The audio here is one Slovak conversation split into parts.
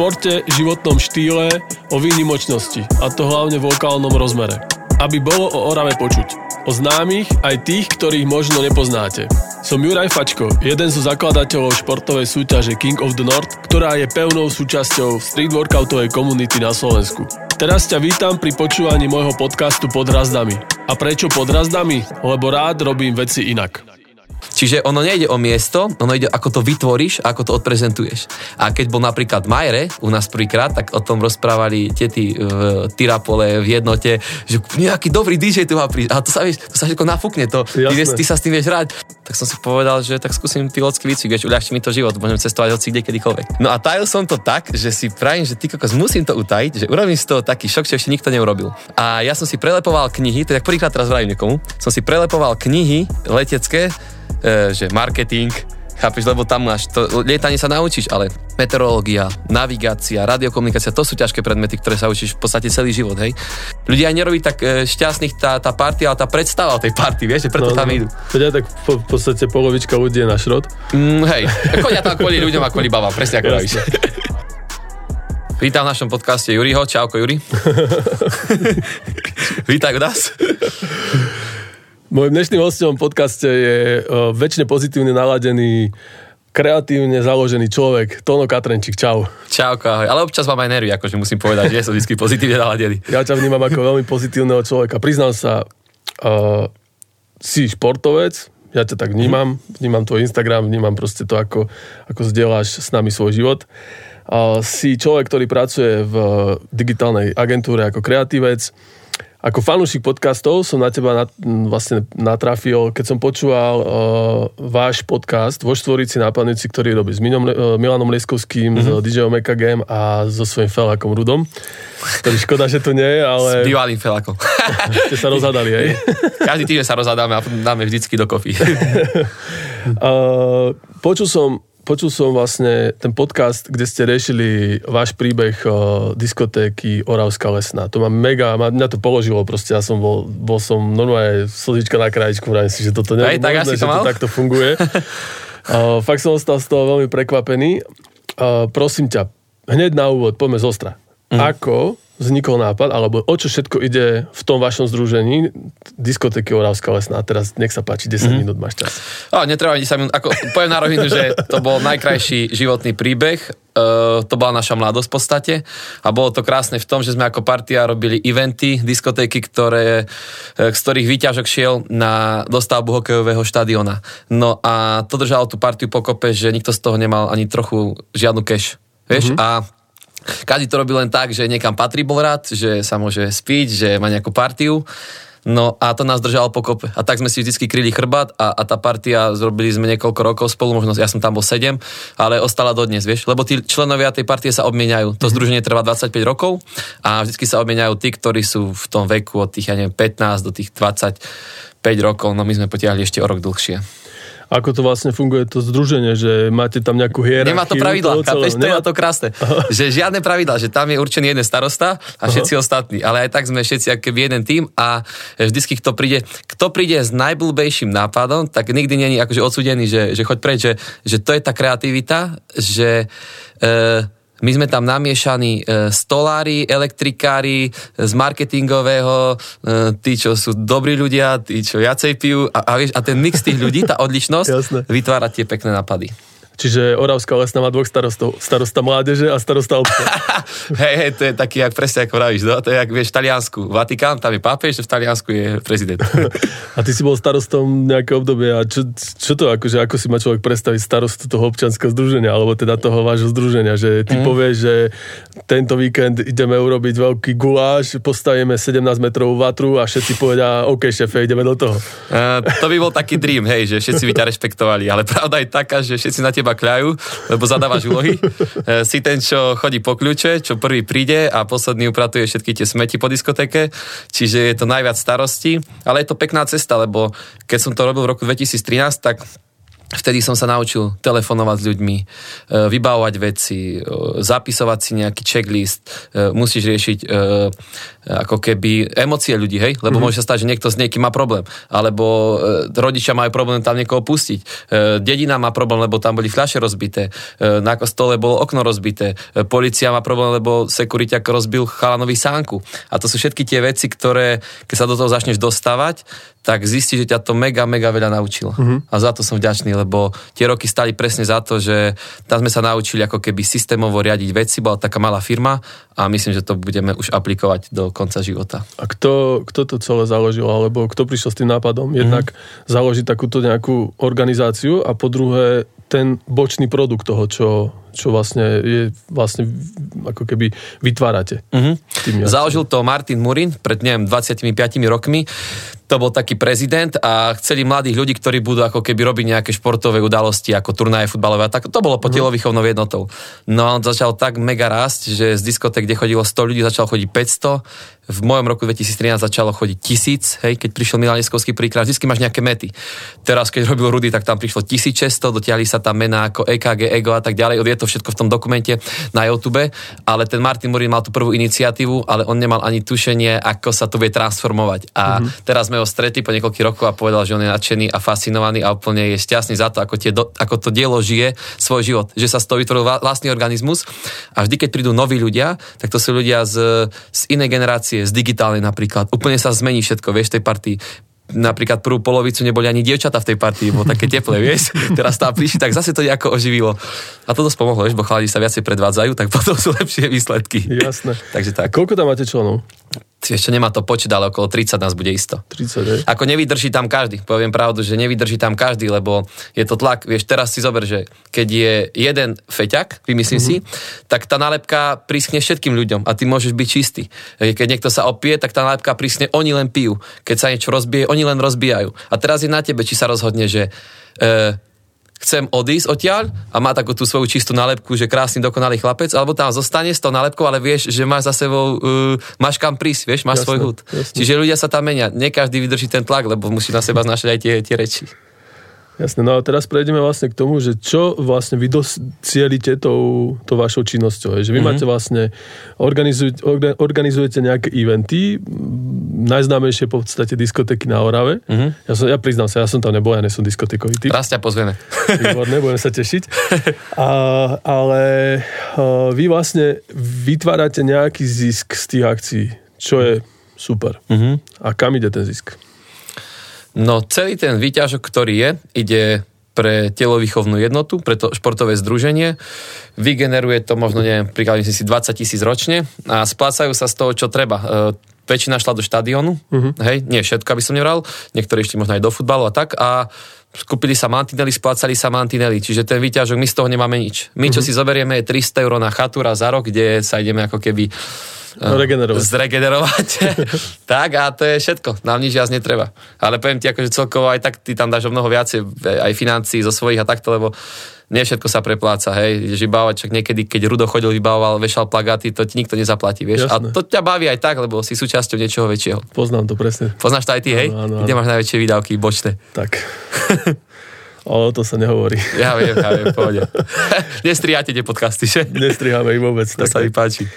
športe, životnom štýle, o výnimočnosti, a to hlavne v lokálnom rozmere. Aby bolo o Orave počuť. O známych aj tých, ktorých možno nepoznáte. Som Juraj Fačko, jeden zo zakladateľov športovej súťaže King of the North, ktorá je pevnou súčasťou street workoutovej komunity na Slovensku. Teraz ťa vítam pri počúvaní môjho podcastu Pod hrazdami. A prečo pod hrazdami? Lebo rád robím veci inak. Čiže ono nejde o miesto, ono ide ako to vytvoríš, ako to odprezentuješ. A keď bol napríklad Majre u nás prvýkrát, tak o tom rozprávali tety v Tirapole, v Jednote, že nejaký dobrý DJ tu má prísť. A to sa všetko nafúkne, ty sa s tým vieš hrať. Tak som si povedal, že tak skúsim pilotský výcvik, vieš, uľahčí mi to život, môžem cestovať hoci kde, kedykoľvek. No a tajil som to tak, že si pravím, že ty kokos, musím to utajiť, že urobím z toho taký šok, čo ešte nikto neurobil. A ja som si prelepoval knihy, to je tak prvýkrát teraz vravím niekomu, som si prelepoval knihy letecké, že marketing, chápeš, lebo tam máš to, lietanie sa naučíš, ale meteorológia, navigácia, radiokomunikácia, to sú ťažké predmety, ktoré sa učíš v podstate celý život, hej. Ľudia nerobí tak šťastných tá party, ale tá predstava o tej party, vieš, že preto tam idú. Veď tak v podstate polovička ľudí je na šrot. Hej, chodia tam kvôli ľuďom a kvôli babám, presne ako vravíš. Vítam v našom podcaste Juriho, čauko Juri. Vítaj u nás. Mojím dnešným hosťom v podcaste je väčšine pozitívne naladený, kreatívne založený človek, Tono Katrenčík. Čau. Čauko, ahoj. Ale občas mám aj nervy, akože musím povedať, že som vždy pozitívne naladený. Ja ťa vnímam ako veľmi pozitívneho človeka. Priznám sa, si športovec, ja ťa tak vnímam tvoj Instagram, vnímam proste to, ako zdieľaš s nami svoj život. Si človek, ktorý pracuje v digitálnej agentúre ako kreatívec. Ako fanúšik podcastov som na teba vlastne natrafil, keď som počúval váš podcast vo Štvorici na Planici, ktorý robí s Milanom Lieskovským, s DJom EKGM a so svojím felákom Rudom. Ktorý škoda, že tu nie je, ale... S bývalým felákom. Ste sa rozhádali, hej? Každý týždeň sa rozhádáme a dáme vždycky dokopy. Počul som vlastne ten podcast, kde ste riešili váš príbeh diskotéky Oravská Lesná. To mňa to položilo proste, ja som bol som normálne slzička na krajičku, vrajím si, že toto nie je možné, že to takto funguje. Fakt som ostal z toho veľmi prekvapený. Prosím ťa, hneď na úvod, poďme z ostra. Ako vznikol nápad, alebo o čo všetko ide v tom vašom združení diskotéky Oravská Lesná? A teraz nech sa páči, 10 minút máš čas. Netreba 10 minút. Poviem na rovinu, že to bol najkrajší životný príbeh. To bola naša mladosť v podstate. A bolo to krásne v tom, že sme ako partia robili eventy, diskotéky, z ktorých výťažok šiel na dostavbu hokejového štadiona. No a to držalo tú partiu pokope, že nikto z toho nemal ani trochu žiadnu cash. Vieš? A každý to robil len tak, že niekam patrí bol rád, že sa môže spiť, že má nejakú partiu. No a to nás držalo pokope. A tak sme si vždycky kryli chrbát a tá partia, zrobili sme niekoľko rokov spolu, možno ja som tam bol 7, ale ostala dodnes, vieš, lebo tí členovia tej partie sa obmieniajú. To združenie trvá 25 rokov a vždycky sa obmieniajú tí, ktorí sú v tom veku od tých, 15 do tých 25 rokov, no my sme potiahli ešte o rok dlhšie. Ako to vlastne funguje to združenie, že máte tam nejakú hierarchiu? Nemá to pravidlá, chápeš, to je to krásne. Že žiadne pravidlá, že tam je určený jeden starosta a všetci ostatní, ale aj tak sme všetci ako jeden tím a vždycky kto príde s najblbejším nápadom, tak nikdy nie je akože odsúdený, že choď preč, že to je tá kreativita, že my sme tam namiešaní stolári, elektrikári, z marketingového, tí, čo sú dobrí ľudia, tí, čo viacej pijú a ten mix tých ľudí, tá odlišnosť vytvára tie pekné nápady. Čiže Oravská Lesná má dvoch starostov. Starosta mládeže a starosta obce. Hej, to je taký, jak presne ako vravíš, no? To je, jak vieš, v Taliansku. Vatikán, tam je pápež, v Taliansku je prezident. A ty si bol starostom nejaké obdobie a čo to, akože, ako si má človek predstaviť starostu toho občianskeho združenia, alebo teda toho vášho združenia, že ty povieš, že tento víkend ideme urobiť veľký guláš, postavíme 17 metrovú vatru a všetci povedia, OK, šéfe, ideme do toho. To by bol taký dream, hej, že všetci by ťa rešpektovali, ale pravda je taká, že všetci na teba kľajú, lebo zadávaš úlohy. Si ten, čo chodí po kľúče, čo prvý príde a posledný upratuje všetky tie smeti po diskotéke, čiže je to najviac starostí, ale je to pekná cesta, lebo keď som to robil v roku 2013, tak Vtedy som sa naučil telefonovať s ľuďmi, vybavovať veci, zapisovať si nejaký checklist, musíš riešiť ako keby emócie ľudí, hej? Lebo môže sa stať, že niekto s niekým má problém, alebo rodičia majú problém tam niekoho pustiť, dedina má problém, lebo tam boli fľaše rozbité, na stole bolo okno rozbité, polícia má problém, lebo sekuriťak rozbil chalanovi sánku. A to sú všetky tie veci, ktoré, keď sa do toho začneš dostávať, tak zistíš, že ťa to mega veľa naučilo. A za to som vďačný, lebo tie roky stali presne za to, že tam sme sa naučili ako keby systémovo riadiť veci, bola taká malá firma a myslím, že to budeme už aplikovať do konca života. A kto to celé založil, alebo kto prišiel s tým nápadom? Jednak založiť takúto nejakú organizáciu a po druhé ten bočný produkt toho, čo vlastne je vlastne ako keby vytvárate. Založil to Martin Murin pred 25 rokmi. To bol taký prezident a chceli mladých ľudí, ktorí budú ako keby robiť nejaké športové udalosti, ako turnaje futbalové a tak. To bolo pod telovýchovnou jednotou. No a on začal tak mega rásť, že z diskoték, kde chodilo 100 ľudí, začalo chodiť 500. V mojom roku 2013 začalo chodiť 1000, hej, keď prišiel Milan Lieskovský príklad. Vždycky máš nejaké mety. Teraz, keď robil Rudy, tak tam prišlo 1600, dotiahli sa tam mená ako EKG, Ego a tak ďalej. Je to všetko v tom dokumente na YouTube, ale ten Martin Murin mal tú prvú iniciatívu, ale on nemal ani tušenie, ako sa to bude transformovať. A teraz sme ho stretli po niekoľkých rokov a povedal, že on je nadšený a fascinovaný a úplne je šťastný za to, ako to dielo žije svoj život, že sa z toho vytvoril vlastný organizmus. A vždy, keď prídu noví ľudia, tak to sú ľudia z inej generácie, z digitálnej napríklad. Úplne sa zmení všetko, vieš, tej partii. Napríklad prvú polovicu neboli ani dievčatá v tej partii, bolo také teplé, vieš. Teraz tam prišli, tak zase to nejako oživilo. A to dosť pomohlo, vieš, bo chalani sa viacej predvádzajú, tak potom sú lepšie výsledky. Jasné. Takže tak. A koľko tam máte členov? Ešte nemá to počet, ale okolo 30 nás bude isto. 30, Ako nevydrží tam každý, poviem pravdu, že nevydrží tam každý, lebo je to tlak, vieš, teraz si zober, že keď je jeden feťak, vymyslím si, tak tá nálepka prískne všetkým ľuďom a ty môžeš byť čistý. Keď niekto sa opije, tak tá nálepka prískne, oni len pijú. Keď sa niečo rozbije, oni len rozbijajú. A teraz je na tebe, či sa rozhodne, že chcem odísť odtiaľ a má takú tú svoju čistú nálepku, že krásny, dokonalý chlapec, alebo tam zostane s tou nálepkou, ale vieš, že máš za sebou, máš kam prísť, vieš, máš svoj hud. Čiže ľudia sa tam menia. Nie každý vydrží ten tlak, lebo musí na seba znášať aj tie reči. Jasné, no a teraz prejdeme vlastne k tomu, že čo vlastne vy docielite tou vašou činnosťou. Že vy máte vlastne, organizujete nejaké eventy, najznámejšie v podstate diskotéky na Orave. Ja priznám sa, ja som tam nebol, ja nie som diskotékový typ. Raz ťa pozveme. Výborné, budeme sa tešiť. Ale vy vlastne vytvárate nejaký zisk z tých akcií, čo je super. A kam ide ten zisk? No celý ten výťažok, ktorý ide pre telovýchovnú jednotu, pre to športové združenie. Vygeneruje to možno, neviem, príkladne si 20 000 ročne a splácajú sa z toho, čo treba. Väčšina šla do štadiónu, hej, nie všetko, aby som nebral, niektorí išli možno aj do futbalu a tak a kúpili sa mantinely, splácali sa mantinely, čiže ten výťažok, my z toho nemáme nič. My, čo si zoberieme, je 300 € na chatúra za rok, kde sa ideme ako keby zregenerovať. Tak a to je všetko. Nám nič viac netreba. Ale poviem ti, akože celkovo aj tak ty tam dáš o mnoho viacej aj financií zo svojich a takto, lebo nie všetko sa prepláca, hej. Vybávať, čak niekedy, keď Rudo chodil, vybavoval, vešal plagáty, to ti nikto nezaplatí, vieš. Jasné. A to ťa baví aj tak, lebo si súčasťou niečoho väčšieho. Poznám to presne. Poznáš to aj ty, hej? Áno. Kde máš najväčšie výdavky bočné? Tak. O to sa nehovorí. Ja viem, pohode. Nestriháte tie podcasty, že? Nestriháme ich vôbec. To sa mi páči.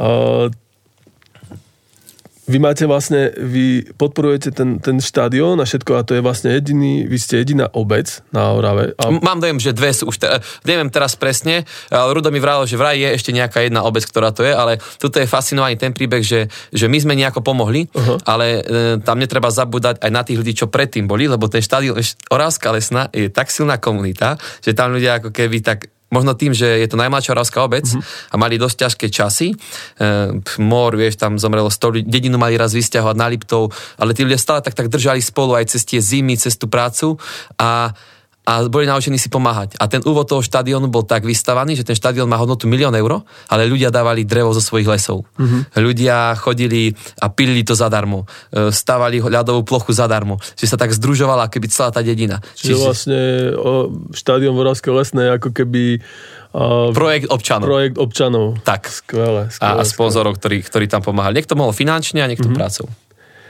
Vy máte vlastne, vy podporujete ten štadión a všetko a to je vlastne vy ste jediná obec na Orave. Mám dojem, že dve sú už, neviem teraz presne, ale Rudo mi vralo, že vraj je ešte nejaká jedna obec, ktorá to je, ale tuto je fascinovaný ten príbeh, že my sme nejako pomohli, ale tam netreba zabúdať aj na tých ľudí, čo predtým boli, lebo ten štadión, Oravská Lesná je tak silná komunita, že tam ľudia ako keby tak možno tým, že je to najmladšia oravská obec a mali dosť ťažké časy. Mor, vieš, tam zomrelo 100 ľudí, dedinu mali raz vysťahovať na Liptov, ale tí ľudia stále tak držali spolu aj cez tie zimy, cez tú prácu a boli naučení si pomáhať. A ten úvod toho štadiónu bol tak vystavaný, že ten štadión má hodnotu 1 000 000 €, ale ľudia dávali drevo zo svojich lesov. Ľudia chodili a pilili to zadarmo. Stávali ľadovú plochu zadarmo. Že sa tak združovala keby celá tá dedina. Čiže vlastne štadión v Oravskej Lesnej ako keby projekt občanov. Tak. Skvelé. A sponzorov, ktorí tam pomáhali. Niekto mohol finančne a niekto prácou.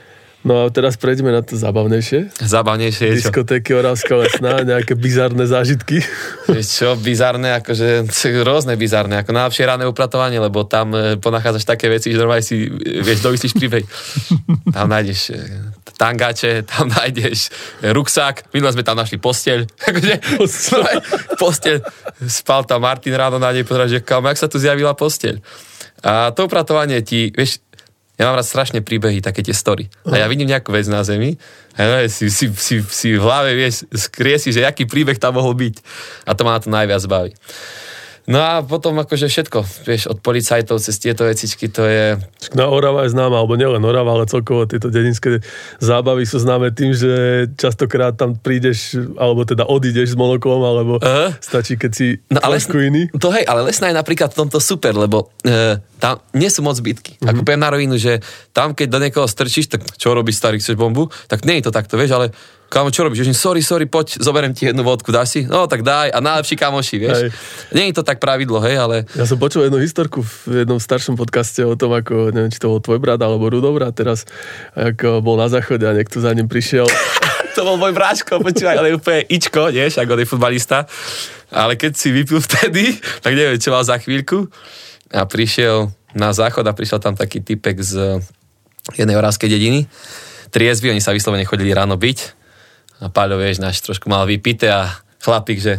No a teraz prejdeme na to zábavnejšie. Zábavnejšie je čo? Diskotéky Oravská Lesná, nejaké bizarné zážitky. Vieš čo, bizarné, akože rôzne bizarné, ako najlepšie ranné upratovanie, lebo tam ponachádzaš také veci, že normálne si, vieš, domyslíš príbeh. Tam nájdeš tangáče, tam nájdeš ruksák, minulé sme tam našli posteľ. Posteľ. Spal tam Martin ráno na nej, pozerá, že kam, jak sa tu zjavila posteľ. A to upratovanie ti, vieš, ja mám rád strašne príbehy, také tie story. A ja vidím nejakú vec na zemi a si v hlave, vieš, skriesi, že aký príbeh tam mohol byť. A to ma na to najviac baví. No a potom akože všetko, vieš, od policajtov cez tieto vecičky, to je... No Orava je známa, alebo nielen Orava, ale celkovo tieto dedinské zábavy sú známe tým, že častokrát tam prídeš, alebo teda odídeš s monoklom, alebo stačí, keď si trošku iný. To hej, ale Lesná je napríklad v tomto super, lebo tam nie sú moc bitky. Ako poviem na rovinu, že tam, keď do niekoho strčíš, tak čo robíš, starý, chceš bombu? Tak nie je to takto, vieš, ale kámo, čo robíš? Sorry, poď, zoberiem ti jednu vodku, dáš si? No, tak daj. A najlepší kamoši, vieš. Hej. Nie je to tak pravidlo, hej, ale... Ja som počul jednu historku v jednom staršom podcaste o tom, ako, neviem, či to bol tvoj brat, alebo Rudobrat teraz, ako bol na záchode a niekto za ním prišiel. To bol môj bráško, počúvaj, ale úplne ičko, vieš, ako on je futbalista. Ale keď si vypil vtedy, tak neviem, čo mal za chvíľku. A prišiel na záchod a prišiel tam taký typek z jednej oravskej dediny. Triezvy, oni sa vyslovene chodili ráno byť. A Paľo, vieš, náš trošku mal vypité a chlapík, že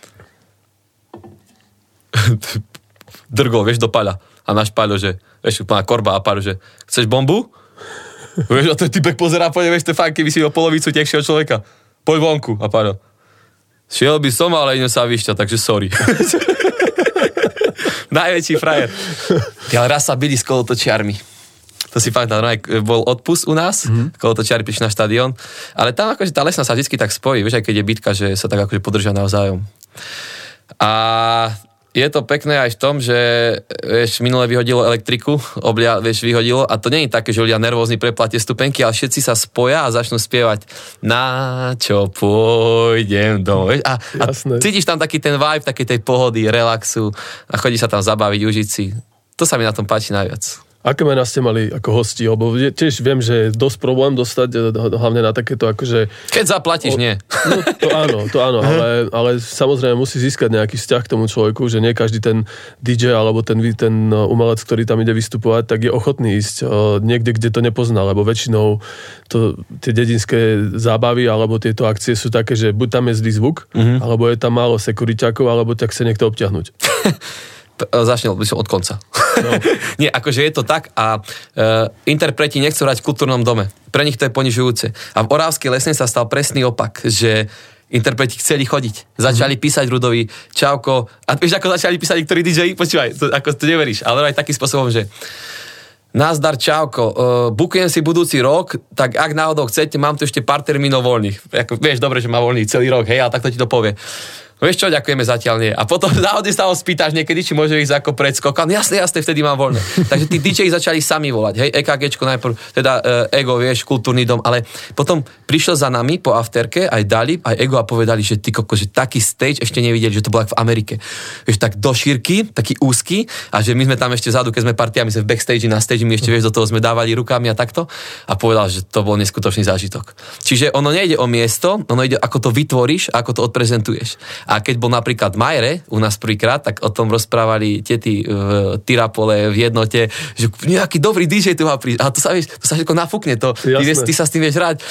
drgol, vieš, do Paľa. A náš Paľo, že, vieš, úplná korba a Paľo, že chceš bombu? Vieš, a ten typek pozerá, poďme, vieš, to fakt, keby si o polovicu tekšieho človeka. Poď vonku. A Paľo, šiel by som, ale idem sa vyšťať, takže sorry. Najväčší frajer. Ale raz sa byli s kolotočiarmi. To si pamätám, bol odpust u nás, kolotočiari prišli na štadión, ale tam akože tá Lesná sa vždy tak spojí, vieš, aj keď je bitka, že sa tak akože podržia navzájom. A je to pekné aj v tom, že vieš, minule vyhodilo elektriku, vieš, vyhodilo a to nie je také, že ľudia nervózni preplatia stupenky, ale všetci sa spoja a začnú spievať na čo pôjdem domov. A cítiš tam taký ten vibe, takej tej pohody, relaxu a chodí sa tam zabaviť, užiť si. To sa mi na tom páči najviac. Aké mená ste mali ako hosti? Lebo tiež viem, že je dosť problém dostať, hlavne na takéto akože... Keď zaplatíš, nie. No, to áno, ale samozrejme musí získať nejaký vzťah k tomu človeku, že nie každý ten DJ alebo ten umelec, ktorý tam ide vystupovať, tak je ochotný ísť niekde, kde to nepozná, lebo väčšinou tie dedinské zábavy alebo tieto akcie sú také, že buď tam je zlý zvuk, alebo je tam málo sekuriťákov, alebo tak chce niekto obťahnuť. Začnel by som od konca. No. Nie, akože je to tak a interpreti nechcú hrať v kultúrnom dome. Pre nich to je ponižujúce. A v Oravskej Lesnej sa stal presný opak, že interpreti chceli chodiť. Začali písať Rudovi, čauko. A vieš, ako začali písať niektorí DJ? Počúvaj, ako to neveríš. Ale aj takým spôsobom, že nazdar, čauko, bukujem si budúci rok, tak ak náhodou chcete, mám tu ešte pár termínov voľných. Ako, vieš, dobre, že má voľný celý rok, hej, ale takto ti to povie. Vieš čo, ďakujeme zatiaľ nie. A potom náhodne sa ho spýtaš niekedy, či môže ísť ako predskok. Jasne, vtedy mám voľné. Takže tí DJ začali sami volať, hej, EKGčko najprv, teda Ego, vieš, kultúrny dom, ale potom prišiel za nami po afterke aj Dalib, aj Ego a povedali, že ty koko, že taký stage ešte nevideli, že to bolo ako v Amerike. Vieš, tak do šírky, taký úzky a že my sme tam ešte vzadu, keď sme partiami, sme v backstage, na stage, my ešte, vieš, do toho sme dávali rukami a takto a povedal, že to bol neskutočný zážitok. Čiže ono nejde o miesto, ono ide ako to vytvoríš, ako to odprezentuješ. A keď bol napríklad Majre u nás prvýkrát, tak o tom rozprávali tety v Tirapole, v Jednote, že nejaký dobrý DJ tu má prísť. A to sa všetko nafúkne. Ty sa s tým vieš hrať.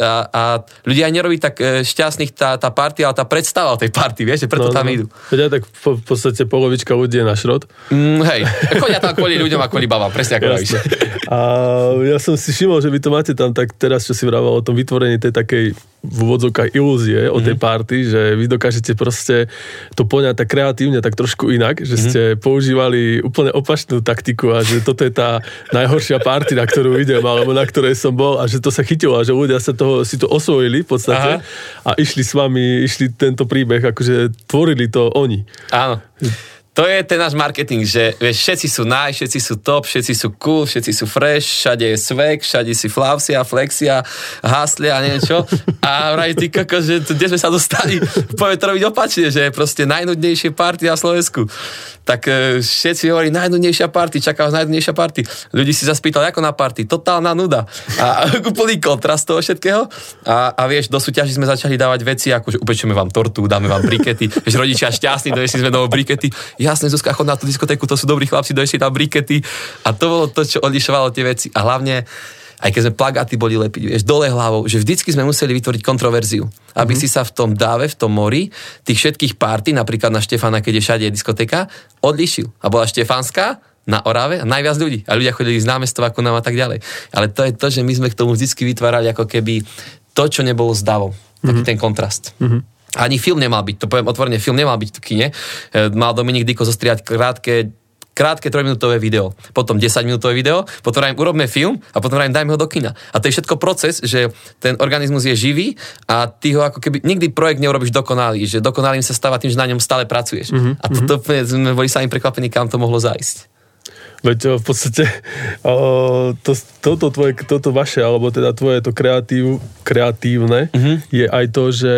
A ľudia aj nerobí tak šťastných tá party, ale tá predstava o tej party, vieš, že preto tam idú. Veď tak v podstate polovička ľudí je na šrot. Hej, chodia tam kvôli ľuďom a kvôli babám, presne ako hovoríš. A ja som si všimol, že vy to máte tam tak teraz, čo si vravel o tom vytvorení tej takej v úvodzovkách ilúzie o tej party, že vy dokážete proste to poňať tak kreatívne, tak trošku inak, že ste používali úplne opačnú taktiku a že toto je tá najhoršia party, na ktorú idem, alebo na ktorej som bol a že to sa chytilo a že ľudia sa si to osvojili v podstate a išli s vami, išli tento príbeh, akože tvorili to oni. Áno. To je ten náš marketing, že vieš, všetci sú nice, všetci sú top, všetci sú cool, všetci sú fresh, všade je swag, všade si flavsia, flexia, haslia a neviem čo. A vraj ty koko, že kde sme sa dostali, poviem to robiť opačne, že je proste najnudnejšie party na Slovensku. Tak všetci hovorí, najnudnejšia party, čaká vás najnudnejšia party. Ľudí si zaspýtali, ako na party, totálna nuda. A úplný kontrast toho všetkého. A vieš, do súťaží sme začali dávať veci, ako že upečeme vám tortu, dáme vám brikety. Vieš, rodičia šťastní, donesli sme novú brikety. Jasné, Zuzka, chod na tú diskotéku, to sú dobrí chlapci, donesli tam brikety. A to bolo to, čo odlišovalo tie veci. A hlavne, aj keď sme plagáty boli lepiť, vieš, dole hlavou, že vždycky sme museli vytvoriť kontroverziu. Aby si sa v tom dáve, v tom mori, tých všetkých party, napríklad na Štefána, keď je všade diskotéka, odlišil. A bola Štefánska na Orave a najviac ľudí. A ľudia chodili z námestova ku nám a tak ďalej. Ale to je to, že my sme k tomu vždycky vytvárali ako keby to, čo nebolo s davou. Taký ten kontrast. Ani film nemal byť, to poviem otvorene, film nemal byť v kine. Mal Dominik Diko zostriať krátke 3-minútové video, potom 10-minútové video, potom urobme film a potom dajme ho do kina. A to je všetko proces, že ten organizmus je živý a ty ho ako keby nikdy projekt neurobiš dokonalý, že dokonalým sa stáva tým, že na ňom stále pracuješ. A toto sme boli sami prekvapení, kam to mohlo zájsť. Veď v podstate toto vaše, alebo teda tvoje to kreatívne je aj to, že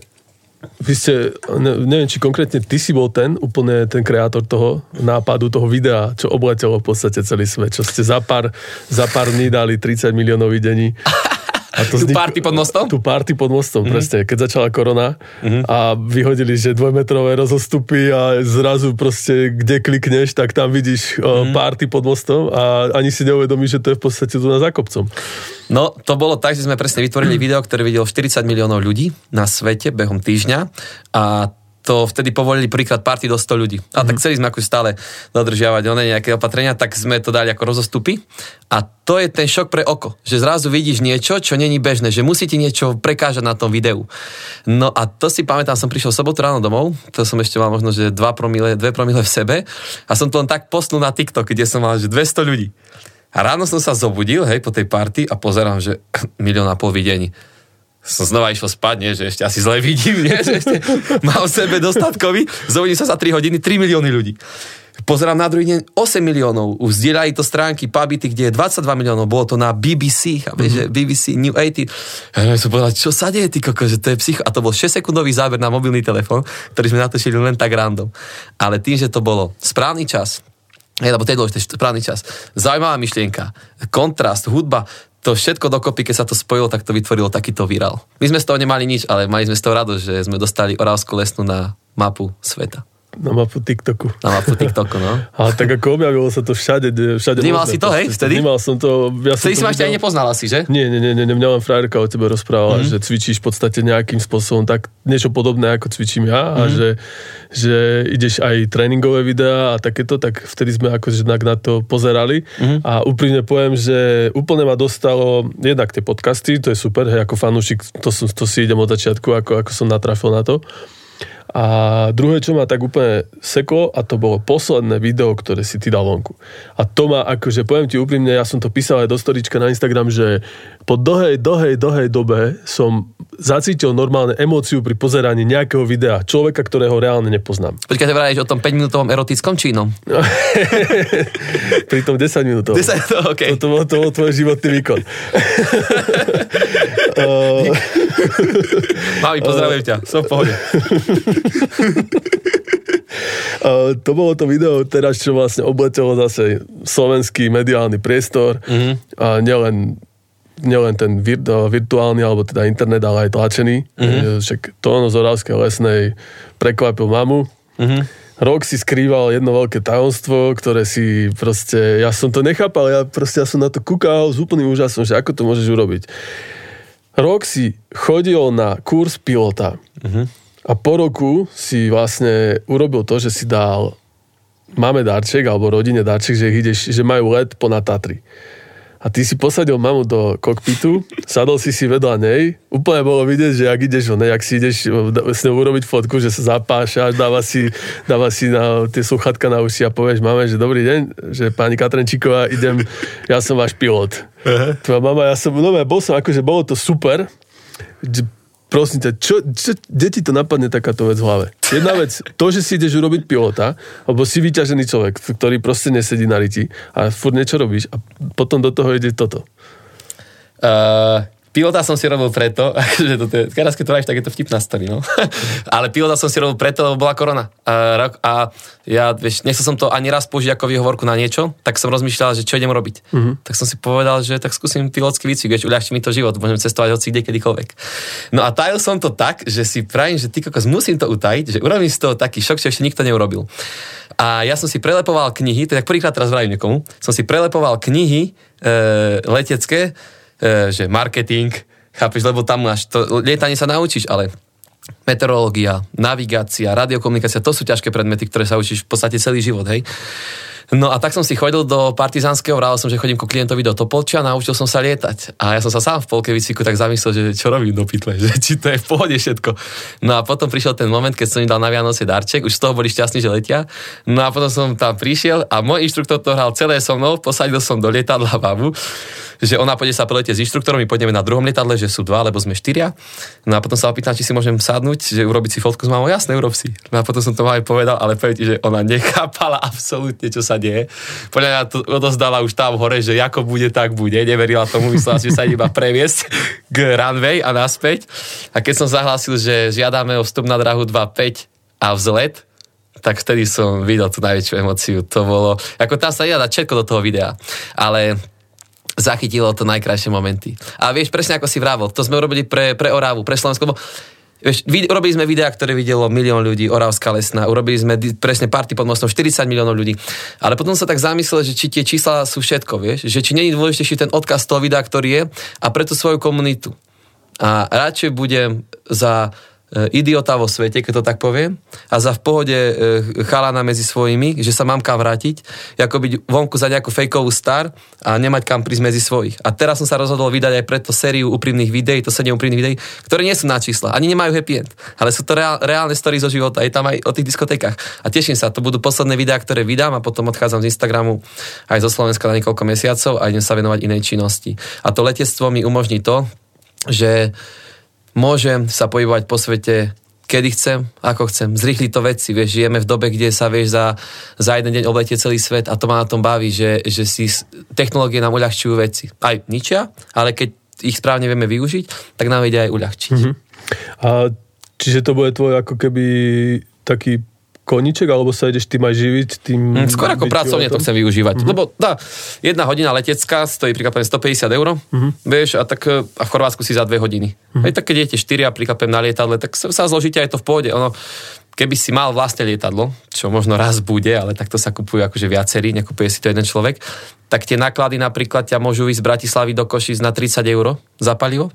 vy ste, neviem, či konkrétne ty si bol ten kreátor toho nápadu, toho videa, čo obletelo v podstate celý svet, čo ste za pár dní dali 30 miliónov videní. Tú party pod mostom? Tú party pod mostom, presne. Keď začala korona a vyhodili, že 2-metrové rozostupy a zrazu proste, kde klikneš, tak tam vidíš party pod mostom a ani si neuvedomíš, že to je v podstate tu za kopcom. No, to bolo tak, že sme presne vytvorili video, ktoré videlo 40 miliónov ľudí na svete behom týždňa a to vtedy povolili príklad party do 100 ľudí. A tak chceli sme ako stále dodržiavať nejaké opatrenia, tak sme to dali ako rozostupy. A to je ten šok pre oko, že zrazu vidíš niečo, čo není bežné, že musí ti niečo prekážať na tom videu. No a to si pamätám, som prišiel sobotu ráno domov, to som ešte mal možno, že 2 promile v sebe a som to len tak postnul na TikTok, kde som mal, že 200 ľudí. A ráno som sa zobudil, po tej party a pozerám, že 1,5 milióna videní. Som znova išiel spať, nie, že ešte asi zle vidím, nie, že ešte mám v sebe dostatkový. Zobudím sa za 3 hodiny, 3 milióny ľudí. Pozerám na druhý deň 8 miliónov. Už zdieľali to stránky Pubity, kde je 22 miliónov. Bolo to na BBC, že BBC New 80. Ja som povedal, čo sa deje, ty koko, že to je psycho. A to bol 6-sekundový záber na mobilný telefón, ktorý sme natočili len tak random. Ale tým, že to bolo správny čas, lebo to je dôležité, správny čas, zaujímavá myšlienka, kontrast, hudba, to všetko dokopy, keď sa to spojilo, tak to vytvorilo takýto virál. My sme z toho nemali nič, ale mali sme z toho radosť, že sme dostali Oravskú Lesnú na mapu sveta. Na mapu TikToku. Na mapu TikToku, no. Ale tak ako objavilo sa to všade Vnímal si to, hej, vtedy? Vnímal som to. Vtedy si ma ešte aj nepoznal asi, že? Nie, mňa len frajerka o tebe rozprávala, že cvičíš v podstate nejakým spôsobom tak niečo podobné, ako cvičím ja a že ideš aj tréningové videá a takéto, tak vtedy sme akože na to pozerali a úprimne poviem, že úplne ma dostalo jednak tie podcasty, to je super, hej, ako fanúšik, to si idem od začiatku, ako som natrafil na to. A druhé, čo ma tak úplne seklo, a to bolo posledné video, ktoré si ty dal vonku. A to ma, akože poviem ti úprimne, ja som to písal aj do storička na Instagram, že po dlhej dobe som zacítil normálne emóciu pri pozeraní nejakého videa človeka, ktorého reálne nepoznám. Počkaj, ty vravíš o tom 5-minútovom erotickom či inom? Pri tom 10 minútovom. 10, okay. To bol tvoj životný výkon. Mami, pozdravujem ťa, som v pohode. To bolo to video teraz, čo vlastne obletelo zase slovenský mediálny priestor a nielen ten virtuálny, alebo teda internet, ale aj tlačený. Však Tóno z Oravskej Lesnej prekvapil mamu. Rok si skrýval jedno veľké tajomstvo, ktoré si proste, ja som to nechápal, ja som na to kúkal s úplným úžasom, že ako to môžeš urobiť. Rok si chodil na kurz pilota. A po roku si vlastne urobil to, že si dal máme darček, alebo rodine darček, že majú let ponad Tatry. A ty si posadil mamu do kokpitu, sadol si vedľa nej, úplne bolo vidieť, že ak ideš ak si ideš s ňou urobiť fotku, že sa zapášaš, dáva si na tie sluchatka na uši a povieš mame, že dobrý deň, že pani Katrenčíková, ja som váš pilot. Tvoja mama, bol som, akože bolo to super, prosím ťa, kde ti to napadne takáto vec v hlave? Jedna vec, to, že si ideš urobiť pilota, alebo si vyťažený človek, ktorý proste nesedí na riti a furt niečo robíš a potom do toho ide toto. Pilota som si robil preto, že teraz keď to ráš, tak je to vtipná story, no. Ale pilota som si robil preto, lebo bola korona. A ja, vieš, nechcel som to ani raz použiť ako výhovorku na niečo, tak som rozmýšľal, že čo idem robiť. Tak som si povedal, že tak skúsim pilotský výcvik, vieš, uľahčí mi to život, môžem cestovať hoci kde, kedykoľvek. No a tajil som to tak, že si pravím, že ty kokos, musím to utajiť, že urobím z toho taký šok, čo ešte nikto neurobil. A ja som si prelepoval knihy, to je tak prvýkrát teraz vravím niekomu, som si prelepoval knihy letecké, že marketing, chápeš, lebo tam máš to lietanie sa naučíš, ale meteorológia, navigácia, radiokomunikácia, to sú ťažké predmety, ktoré sa učíš v podstate celý život, hej. No a tak som si chodil do partizánskeho, vravel som, že chodím ku klientovi do Topolčia, naučil som sa lietať. A ja som sa sám v polke výcviku tak zamyslel, že čo robím do pytle, že či to je v pohode všetko. No a potom prišiel ten moment, keď som im dal na Vianoce darček, už z toho boli šťastní, že letia. No a potom som tam prišiel a môj inštruktor to hral celé so mnou, posadil som do lietadla babu, že ona pôjde sa preletieť s inštruktorom, my pôjdeme na druhom lietadle, že sú 2, lebo sme 4. No a potom sa opýtam, či si môžem sadnúť, že urobiť si fotku s mamou, jasné, urob si. No a potom som to aj povedal, ale poviem ti, že ona nechápala absolútne, čo sa deje. Podľa mňa to odozdala už tam hore, že ako bude, tak bude. Neverila tomu, myslela si, že sa iba previesť k runway a naspäť. A keď som zahlásil, že žiadame o vstup na dráhu 2.5 a vzlet, tak vtedy som videl tú najväčšiu emóciu. To bolo, ako tam sa nedá dať všetko do toho videa. Ale zachytilo to najkrajšie momenty. A vieš, presne ako si vravel, to sme urobili pre Oravu, pre Slovensko, lebo vieš, urobili sme videá, ktoré videlo 1 000 000 ľudí, Oravská lesná, urobili sme presne party pod mostom 40 miliónov ľudí. Ale potom sa tak zamyslel, že či tie čísla sú všetko, vieš, že či nie je dôležitejší ten odkaz toho videa, ktorý je, a preto svoju komunitu. A radšej budem za idiota vo svete, keď to tak poviem, a za v pohode chalana medzi svojimi, že sa mám kam vrátiť, ako byť vonku za nejakú fejkovú star a nemať kam prísť medzi svojich. A teraz som sa rozhodol vydať aj preto sériu úprimných videí, to 7 úprimných videí, ktoré nie sú na čísla, ani nemajú happy end, ale sú to reálne story zo života, je tam aj o tých diskotékach. A teším sa, to budú posledné videá, ktoré vydám, a potom odchádzam z Instagramu aj zo Slovenska na niekoľko mesiacov a idem sa venovať inej činnosti. A to letectvo mi umožní to, že môžem sa pohybovať po svete, kedy chcem, ako chcem. Zrýchliť to veci, vieš, žijeme v dobe, kde sa, vieš, za jeden deň obletie celý svet, a to ma na tom baví, že si technológie nám uľahčujú veci. Aj ničia, ale keď ich správne vieme využiť, tak nám vedia aj uľahčiť. A čiže to bude tvoj ako keby taký koníček, alebo sa ideš tým aj živiť? Skôr ako pracovne to chcem využívať. Lebo 1 hodina letecká stojí príkladom 150 €, vieš, a v Chorvátsku si za 2 hodiny. Aj tak keď idete 4 a príkladom na lietadle, tak sa zložíte, aj to v pohode. Ono, keby si mal vlastne lietadlo, čo možno raz bude, ale takto sa kupujú akože viacerí, nekupuje si to jeden človek, tak tie náklady napríklad ťa môžu ísť z Bratislavy do Košíc na 30 € za palivo.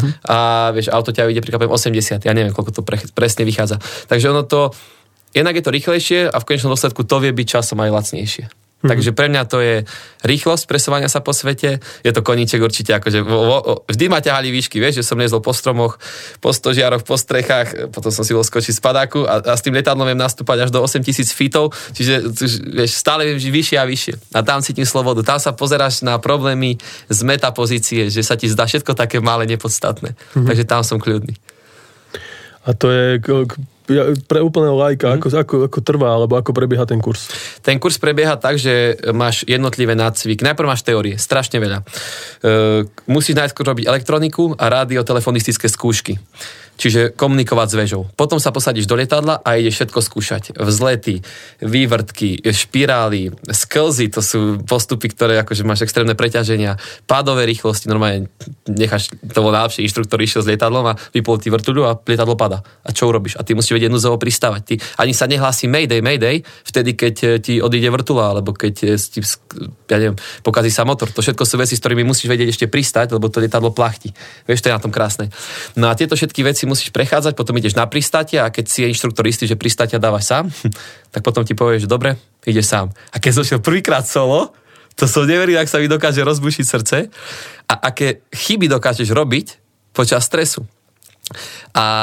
A vieš, auto ťa ide príkladom 80, ja neviem, koľko to presne vychádza. Takže ono to jednak je to rýchlejšie a v konečnom dôsledku to vie byť časom aj lacnejšie. Takže pre mňa to je rýchlosť presovania sa po svete, je to koníček určite, akože vždy ma ťahali výšky, vieš, že som liezol po stromoch, po stožiaroch, po strechách, potom som si bol skočiť z padáku a s tým lietadlom viem nastúpať až do 8000 feetov, čiže vieš, stále viem žiť vyššie a vyššie. A tam cítim slobodu, tam sa pozeráš na problémy z metapozície, že sa ti zdá všetko také malé, nepodstatné. Takže tam som kľudný. A to je pre úplného lajka, ako trvá, alebo ako prebieha ten kurz? Ten kurz prebieha tak, že máš jednotlivé nácvik. Najprv máš teórie, strašne veľa. Musíš najskôr robiť elektroniku a rádiotelefonistické skúšky. Čiže komunikovať s väžou. Potom sa posadíš do lietadla a ideš všetko skúšať. Vzlety, vývrtky, špirály, sklzy, to sú postupy, ktoré akože máš extrémne preťaženia, pádové rýchlosti, normálne necháš, to bol najlepší inštruktor, išiel s lietadlom a vypol ti vrtuľu a lietadlo padá. A čo urobíš? A ty musíš vedieť núdzovo pristávať. Ty ani sa nehlási Mayday, vtedy, keď ti odíde vrtuľa, alebo keď ti, ja neviem, pokazí sa motor. To všetko sú veci, s ktorými musíš vedieť ešte pristať, lebo to lietadlo plachtí. Vieš, to je na tom krásne. No a tieto všetky veci musíš prechádzať, potom ideš na pristátie a keď si je inštruktor istý, že pristátia dávaš sám, tak potom ti povie, že dobre, ideš sám. A keď som šiel prvýkrát solo, to som neveril, ak sa mi dokáže rozbušiť srdce a aké chyby dokážeš robiť počas stresu. A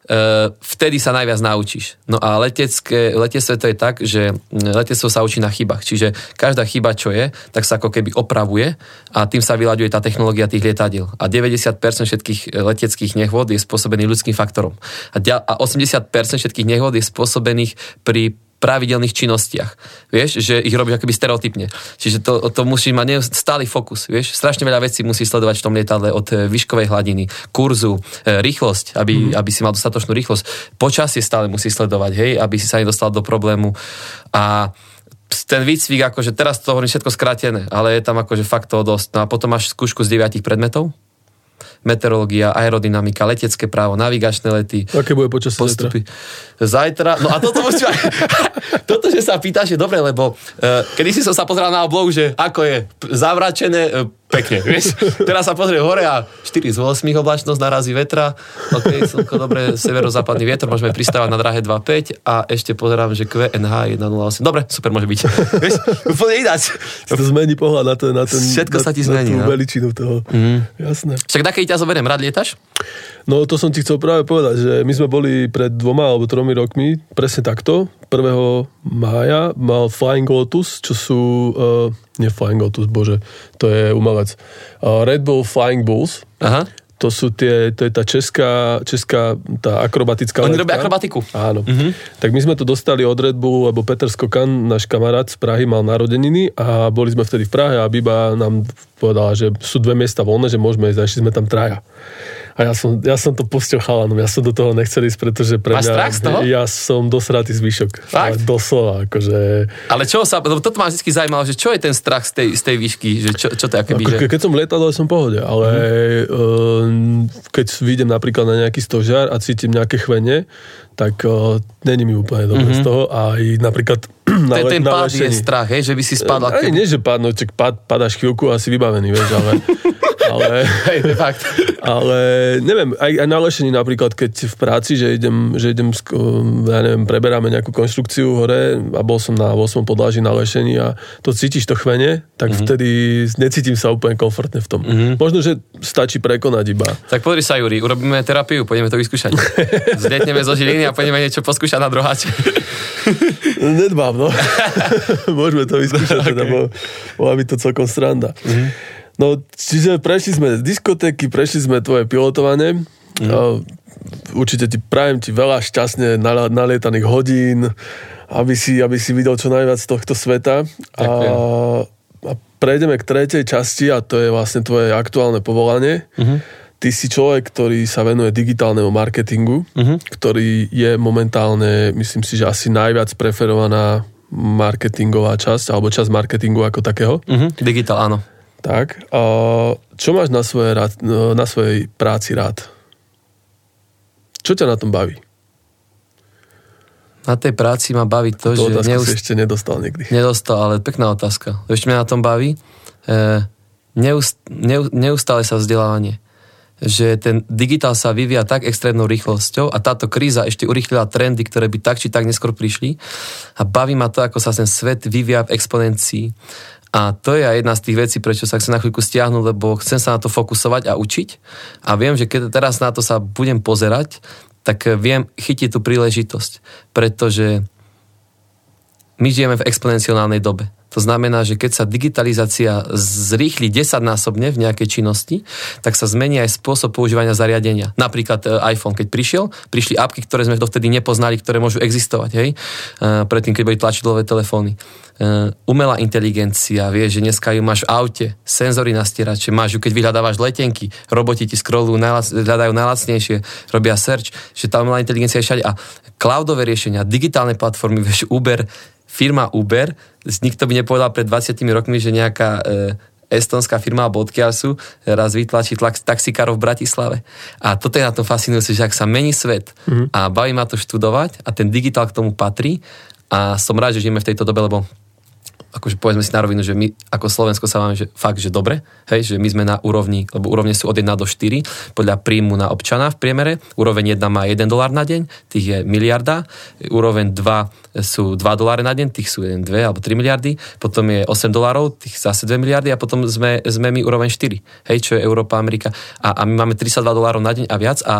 vtedy sa najviac naučíš. No a letectvo to je tak, že letectvo sa učí na chybách. Čiže každá chyba, čo je, tak sa ako keby opravuje a tým sa vyľaďuje tá technológia tých lietadiel. A 90% všetkých leteckých nehôd je spôsobený ľudským faktorom. A 80% všetkých nehôd je spôsobených pri pravidelných činnostiach. Vieš, že ich robíš akoby stereotypne. Čiže to musíš mať stály fokus. Vieš, strašne veľa vecí musíš sledovať v tom lietadle od výškovej hladiny, kurzu, rýchlosť, aby si mal dostatočnú rýchlosť. Počasie stále musíš sledovať, hej, aby si sa nedostal do problému. A ten výcvik, akože teraz to hovorím všetko skrátené, ale je tam akože fakt toho dosť. No a potom máš skúšku z 9 predmetov. Meteorológia, aerodynamika, letecké právo, navigačné lety. Aké bude počasie zajtra? No a toto musím toto, že sa pýtaš, je dobre, lebo kedysi som sa pozeral na oblohu, že ako je zavračené, pekne, vieš. Teraz sa pozrie hore a 4 z 8 oblačnosť, narazí vetra, ok, slnko, dobre, severozápadný vietor, môžeme pristávať na dráhe 2.5 a ešte pozerám, že QNH 1.08. Dobre, super, môže byť. Vieš, úplne ináč. To zmení pohľad na ten všetko sa ti zmení, na tú veličinu toho. Jasné. Však keď ťa zoberiem, rád lietaš? No to som ti chcel práve povedať, že my sme boli pred 2 alebo 3 rokmi presne takto. 1. mája mal Flying Lotus, čo sú... nie Flying Lotus, bože, to je umelec. Red Bull Flying Bulls. Aha. To je tá česká tá akrobatická Oni robia akrobatiku. Áno. Tak my sme to dostali od Red Bullu, lebo Peter Skokan, náš kamarát z Prahy, mal narodeniny a boli sme vtedy v Prahe a Biba nám povedala, že sú 2 miesta voľné, že môžeme ísť a išli sme tam 3. A ja som to pustil chalanom, ja som do toho nechcel ísť, pretože pre mňa... Máš strach z toho? Ja som dosratý zvyšok. Fakt? Ale doslova, akože... Ale toto ma vždy zaujímalo, že čo je ten strach z tej výšky? Že čo to je akoby, že... Keď som lietal, som v pohode, ale keď vyjdem napríklad na nejaký stožiar a cítim nejaké chvenie, tak není mi úplne dobre z toho. A aj napríklad ten pád je strach, hej? Že by si spadol. Aj nie, že padnúť, padáš chvíľku a si vybavený, vieš, ale hej, fakt. Ale neviem, aj na lešení napríklad, keď v práci, že idem ja neviem, preberáme nejakú konštrukciu hore a bol som na 8. podlaží na lešení a to cítiš to chvenie, tak vtedy necítim sa úplne komfortne v tom. Možno, že stačí prekonať iba. Tak pozri sa, Juri, urobíme terapiu, pôjdeme to vyskúšať. Zlietneme zo Žiliny a pôjdeme niečo poskúšať na druháče. Nedbám, no. Môžeme to vyskúšať, teda bola by to celkom sranda. No, čiže prešli sme z diskotéky, prešli sme tvoje pilotovanie. Určite prajem ti veľa šťastne nalietaných hodín, aby si videl čo najviac z tohto sveta. A prejdeme k 3. časti a to je vlastne tvoje aktuálne povolanie. Ty si človek, ktorý sa venuje digitálnemu marketingu, ktorý je momentálne, myslím si, že asi najviac preferovaná marketingová časť, alebo časť marketingu ako takého. Digitál, áno. Tak, čo máš na svojej práci rád? Čo ťa na tom baví? Na tej práci ma baví to, že... si ešte nedostal nikdy. Nedostal, ale pekná otázka. Ešte mňa na tom baví neustále sa vzdelávanie. Že ten digitál sa vyvíja tak extrémnou rýchlosťou a táto kríza ešte urýchlila trendy, ktoré by tak či tak neskôr prišli. A baví ma to, ako sa ten svet vyvíja v exponencii. A to je aj jedna z tých vecí, prečo sa chcem na chvíľku stiahnuť, lebo chcem sa na to fokusovať a učiť. A viem, že keď teraz na to sa budem pozerať, tak viem chytiť tú príležitosť. Pretože my žijeme v exponenciálnej dobe. To znamená, že keď sa digitalizácia zrýchli 10-násobne v nejakej činnosti, tak sa zmení aj spôsob používania zariadenia. Napríklad iPhone, keď prišli apky, ktoré sme dovtedy nepoznali, ktoré môžu existovať, hej? Predtým, keď boli tlačidlové telefóny. Umelá inteligencia, vieš, že dneska ju máš v aute, senzory na stierače, máš ju, keď vyhľadávaš letenky, roboti ti scrollujú, hľadajú najlacnejšie, robia search, že tá umelá inteligencia je všade. A cloudové riešenia, digitálne platformy, vieš, firma Uber, nikto by nepovedal pred 20 rokmi, že nejaká estonská firma alebo odkiaľ sú, raz vytlačí taxikárov v Bratislave. A toto je na tom fascinujúce, že ak sa mení svet a baví ma to študovať a ten digitál k tomu patrí a som rád, že žijeme v tejto dobe, lebo akože povedzme si na rovinu, že my ako Slovensko sa máme že fakt, že dobre, hej, že my sme na úrovni, lebo úrovne sú od 1 do 4 podľa príjmu na občana v priemere, úroveň 1 má $1 na deň, tých je miliarda, úroveň 2 sú $2 na deň, tých sú 1, 2 alebo 3 miliardy, potom je $8, tých zase 2 miliardy a potom sme my úroveň 4, hej, čo je Európa, Amerika a my máme $32 na deň a viac a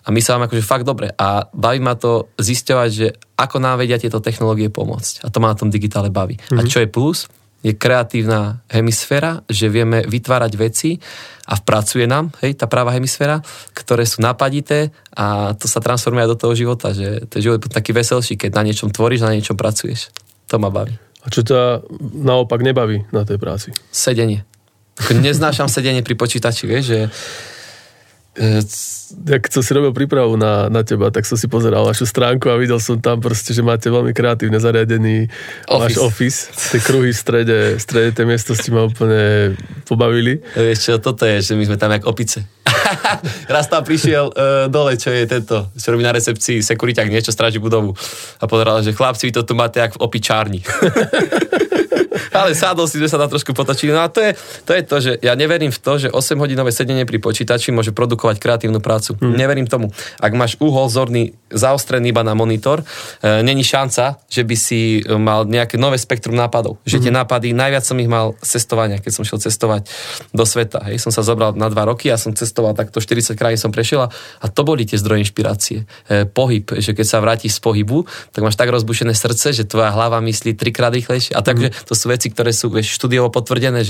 A my sa vám akože fakt dobre. A baví ma to zisťovať, že ako nám vedia tieto technológie pomôcť. A to ma na tom digitále baví. A čo je plus? Je kreatívna hemisféra, že vieme vytvárať veci a vpracuje nám, tá práva hemisféra, ktoré sú napadité a to sa transformuje do toho života, že ten život je taký veselší, keď na niečom tvoríš, na niečom pracuješ. To ma baví. A čo ťa naopak nebaví na tej práci? Sedenie. Neznášam sedenie pri počítači, vieš, že Jak som si robil prípravu na teba, tak som si pozeral vašu stránku a videl som tam proste, že máte veľmi kreatívne zariadený váš office. Tie kruhy v strede tej miestnosti ma úplne pobavili. Vieš čo, toto je, že my sme tam jak opice. Raz tam prišiel dole, čo je tento, čo robí na recepcii sekuriťák, niečo stráži budovu a pozeral, že chlapci, vy to tu máte jak v opičárni. Ale sádol si, že sa tam trošku potočili. No a to je to, že ja neverím v to, že 8-hodinové sedenie pri počítači môže produkovať kreatívnu prácu. Neverím tomu. Ak máš uhol zorný zaostrený iba na monitor, není šanca, že by si mal nejaké nové spektrum nápadov. Že tie nápady, najviac som ich mal cestovania, keď som šiel cestovať do sveta. Hej. Som sa zobral na 2 roky a som cestoval takto 40 krajín som prešiel a to boli tie zdroje inšpirácie. Pohyb, že keď sa vrátiš z pohybu, tak máš tak rozbušené srdce, že tvoja hlava myslí 3-krát rýchlejšie. A takže to sú veci, ktoré sú štúdiovo potvrdené,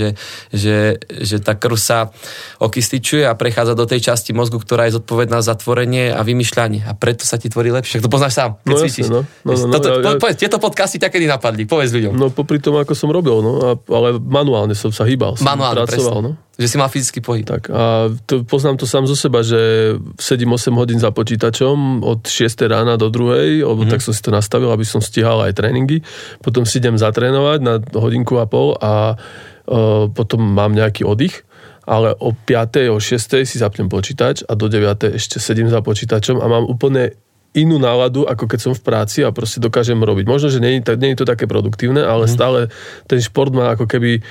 že tá krv sa okysličuje a prechádza do tej časti mozgu, ktorá je zodpovedná za tvorenie a vymýšľanie. A preto sa ti tvorí lepšie. To poznáš sám, keď cvičíš. Tieto podcasty ťa kedy napadli? Povedz ľuďom. No popri tom, ako som robil, ale manuálne som sa hýbal. Manuálne, pracoval, presne. Že si mal fyzický pohyb. Tak a poznám to sám zo seba, že sedím 8 hodín za počítačom od 6 rána do 2, lebo tak som si to nastavil, aby som stíhal aj tréningy. Potom si idem zatrénovať na hodinku a pol a potom mám nejaký oddych, ale o 5, o 6 si zapnem počítač a do 9 ešte sedím za počítačom a mám úplne inú náladu, ako keď som v práci a proste dokážem robiť. Možno, že nie je to také produktívne, ale stále ten šport ma ako keby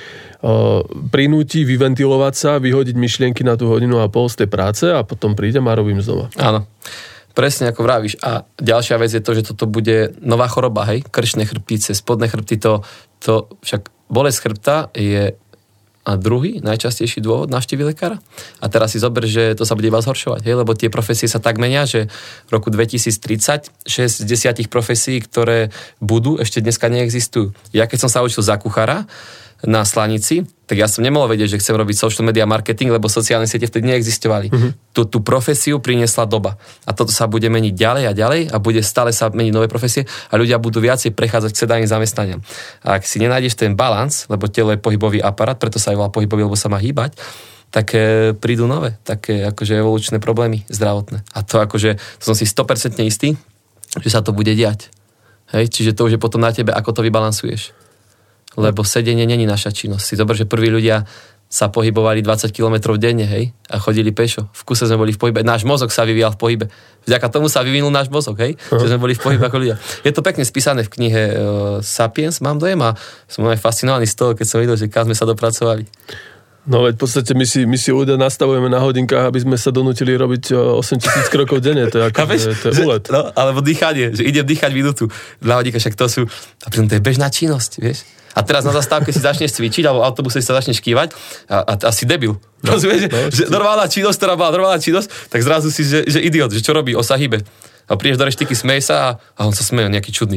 prinúti vyventilovať sa, vyhodiť myšlienky na tú 1,5 hodinu z tej práce a potom prídem a robím znova. Áno. Presne ako vravíš. A ďalšia vec je to, že toto bude nová choroba, hej? Krčné chrbtice, spodné chrbty, to však bolesť chrbta je a druhý najčastejší dôvod návštevy lekára. A teraz si zober, že to sa bude iba zhoršovať, hej? Lebo tie profesie sa tak menia, že v roku 2030 6 z 10 profesí, ktoré budú, ešte dneska neexistujú. Ja keď som sa učil za kuchára na Slanici, tak ja som nemohol vedieť, že chcem robiť social media marketing, lebo sociálne siete vtedy neexistovali. Tú profesiu priniesla doba. A toto sa bude meniť ďalej a ďalej a bude stále sa meniť nové profesie a ľudia budú viacej prechádzať k sedaným zamestnaniam. A ak si nenájdeš ten balans, lebo telo je pohybový aparát, preto sa aj volá pohybový, lebo sa má hýbať, tak prídu nové, také akože evolučné problémy zdravotné. A to akože, to som si 100% istý, že sa to bude diať. Hej? Čiže to už je potom na tebe, ako to vybalansuješ. Lebo sedenie není naša činnosť. Si zober, že prví ľudia sa pohybovali 20 km denne, hej, a chodili pešo. V kuse sme boli v pohybe. Náš mozog sa vyvíjal v pohybe. Vďaka tomu sa vyvinul náš mozog, hej, že sme boli v pohybe ako ľudia. Je to pekne spísané v knihe Sapiens, mám dojem a som aj fascinovaný z toho, keď som videl, že kam sme sa dopracovali. No veď v podstate my si ľudia nastavujeme na hodinkách, aby sme sa donútili robiť 8,000 krokov denne. To je ako, to je úlet. No, alebo dýchanie, že idem dýchať minútu na hodinka, však to sú, a pritom to je bežná činnosť, vieš. A teraz na zastávke si začneš cvičiť, alebo v autobuse si sa začneš kývať a si debil. Rozumieš, že normálna činnosť, ktorá bola normálna činnosť, tak zrazu si, že idiot, že čo robí, sa hýbe. A prídeš do reštiky, smeje sa a on sa smeje, nejaký čudný.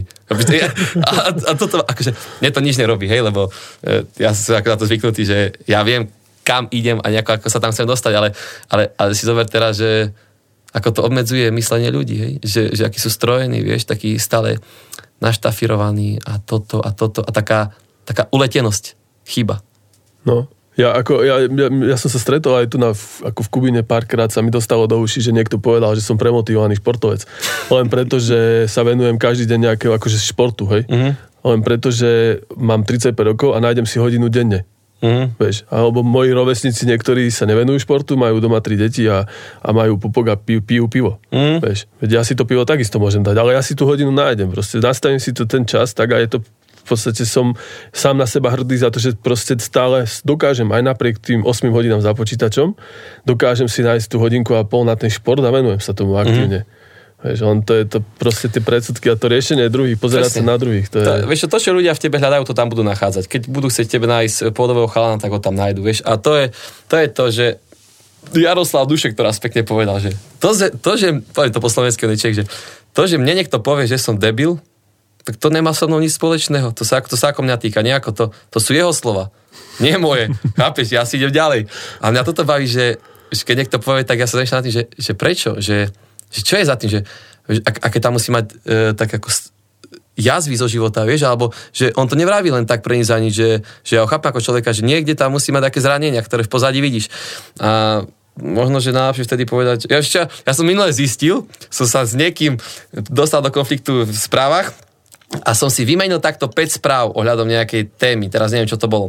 A toto, akože, mne to nič nerobí, hej, lebo ja som na to zvyknutý, že ja viem, kam idem a nejako ako sa tam chcem dostať, ale si zober teraz, že ako to obmedzuje myslenie ľudí, hej, že akí sú strojení, vieš, takí stále naštafirovaní a toto a taká uletenosť chýba. No, ja som sa stretol aj tu ako v Kubine párkrát sa mi dostalo do uší, že niekto povedal, že som premotivovaný športovec. Len preto, že sa venujem každý deň nejakého akože športu, hej. Len preto, že mám 35 rokov a nájdem si hodinu denne. Vieš, alebo moji rovesníci niektorí sa nevenujú športu, majú doma 3 deti a majú pupok a pijú pivo. Vieš, veď ja si to pivo takisto môžem dať, ale ja si tú hodinu nájdem. Proste nastavím si tu ten čas, tak a je to v podstate som sám na seba hrdý za to, že proste stále dokážem aj napriek tým 8 hodinám za počítačom, dokážem si nájsť tú hodinku a pol na ten šport a venujem sa tomu aktívne. Vieš, to je to proste tie predsudky a to riešenie druhých, pozerať sa na druhých. Vieš, to, čo ľudia v tebe hľadajú, to tam budú nachádzať. Keď budú chcieť tebe nájsť pôdového chalana, tak ho tam nájdu. Vieš? A to je to, že Jaroslav Dušek to raz pekne povedal, že poviem to po slovensky neček, že to, že mne niekto povie, že som debil, tak to nemá so mnou nič spoločného. To sa ako mňa týka, nejako to. To sú jeho slova. Nie moje. Chápeš, ja si idem ďalej. A mňa toto baví, že keď niekto povie, tak ja sa zamýšľam nad tým, že prečo? Že čo je za tým? Že aké tam musí mať tak ako jazvy zo života, vieš? Alebo že on to nevraví len tak pre nič za nič, že ja ho chápem ako človeka, že niekde tam musí mať také zranenia, ktoré v pozadí vidíš. A možno, že najlepšie vtedy povedať... Ja som minule zistil, som sa s niekým dostal do konfliktu v správach, a som si vymenil takto 5 správ ohľadom nejakej témy. Teraz neviem, čo to bolo.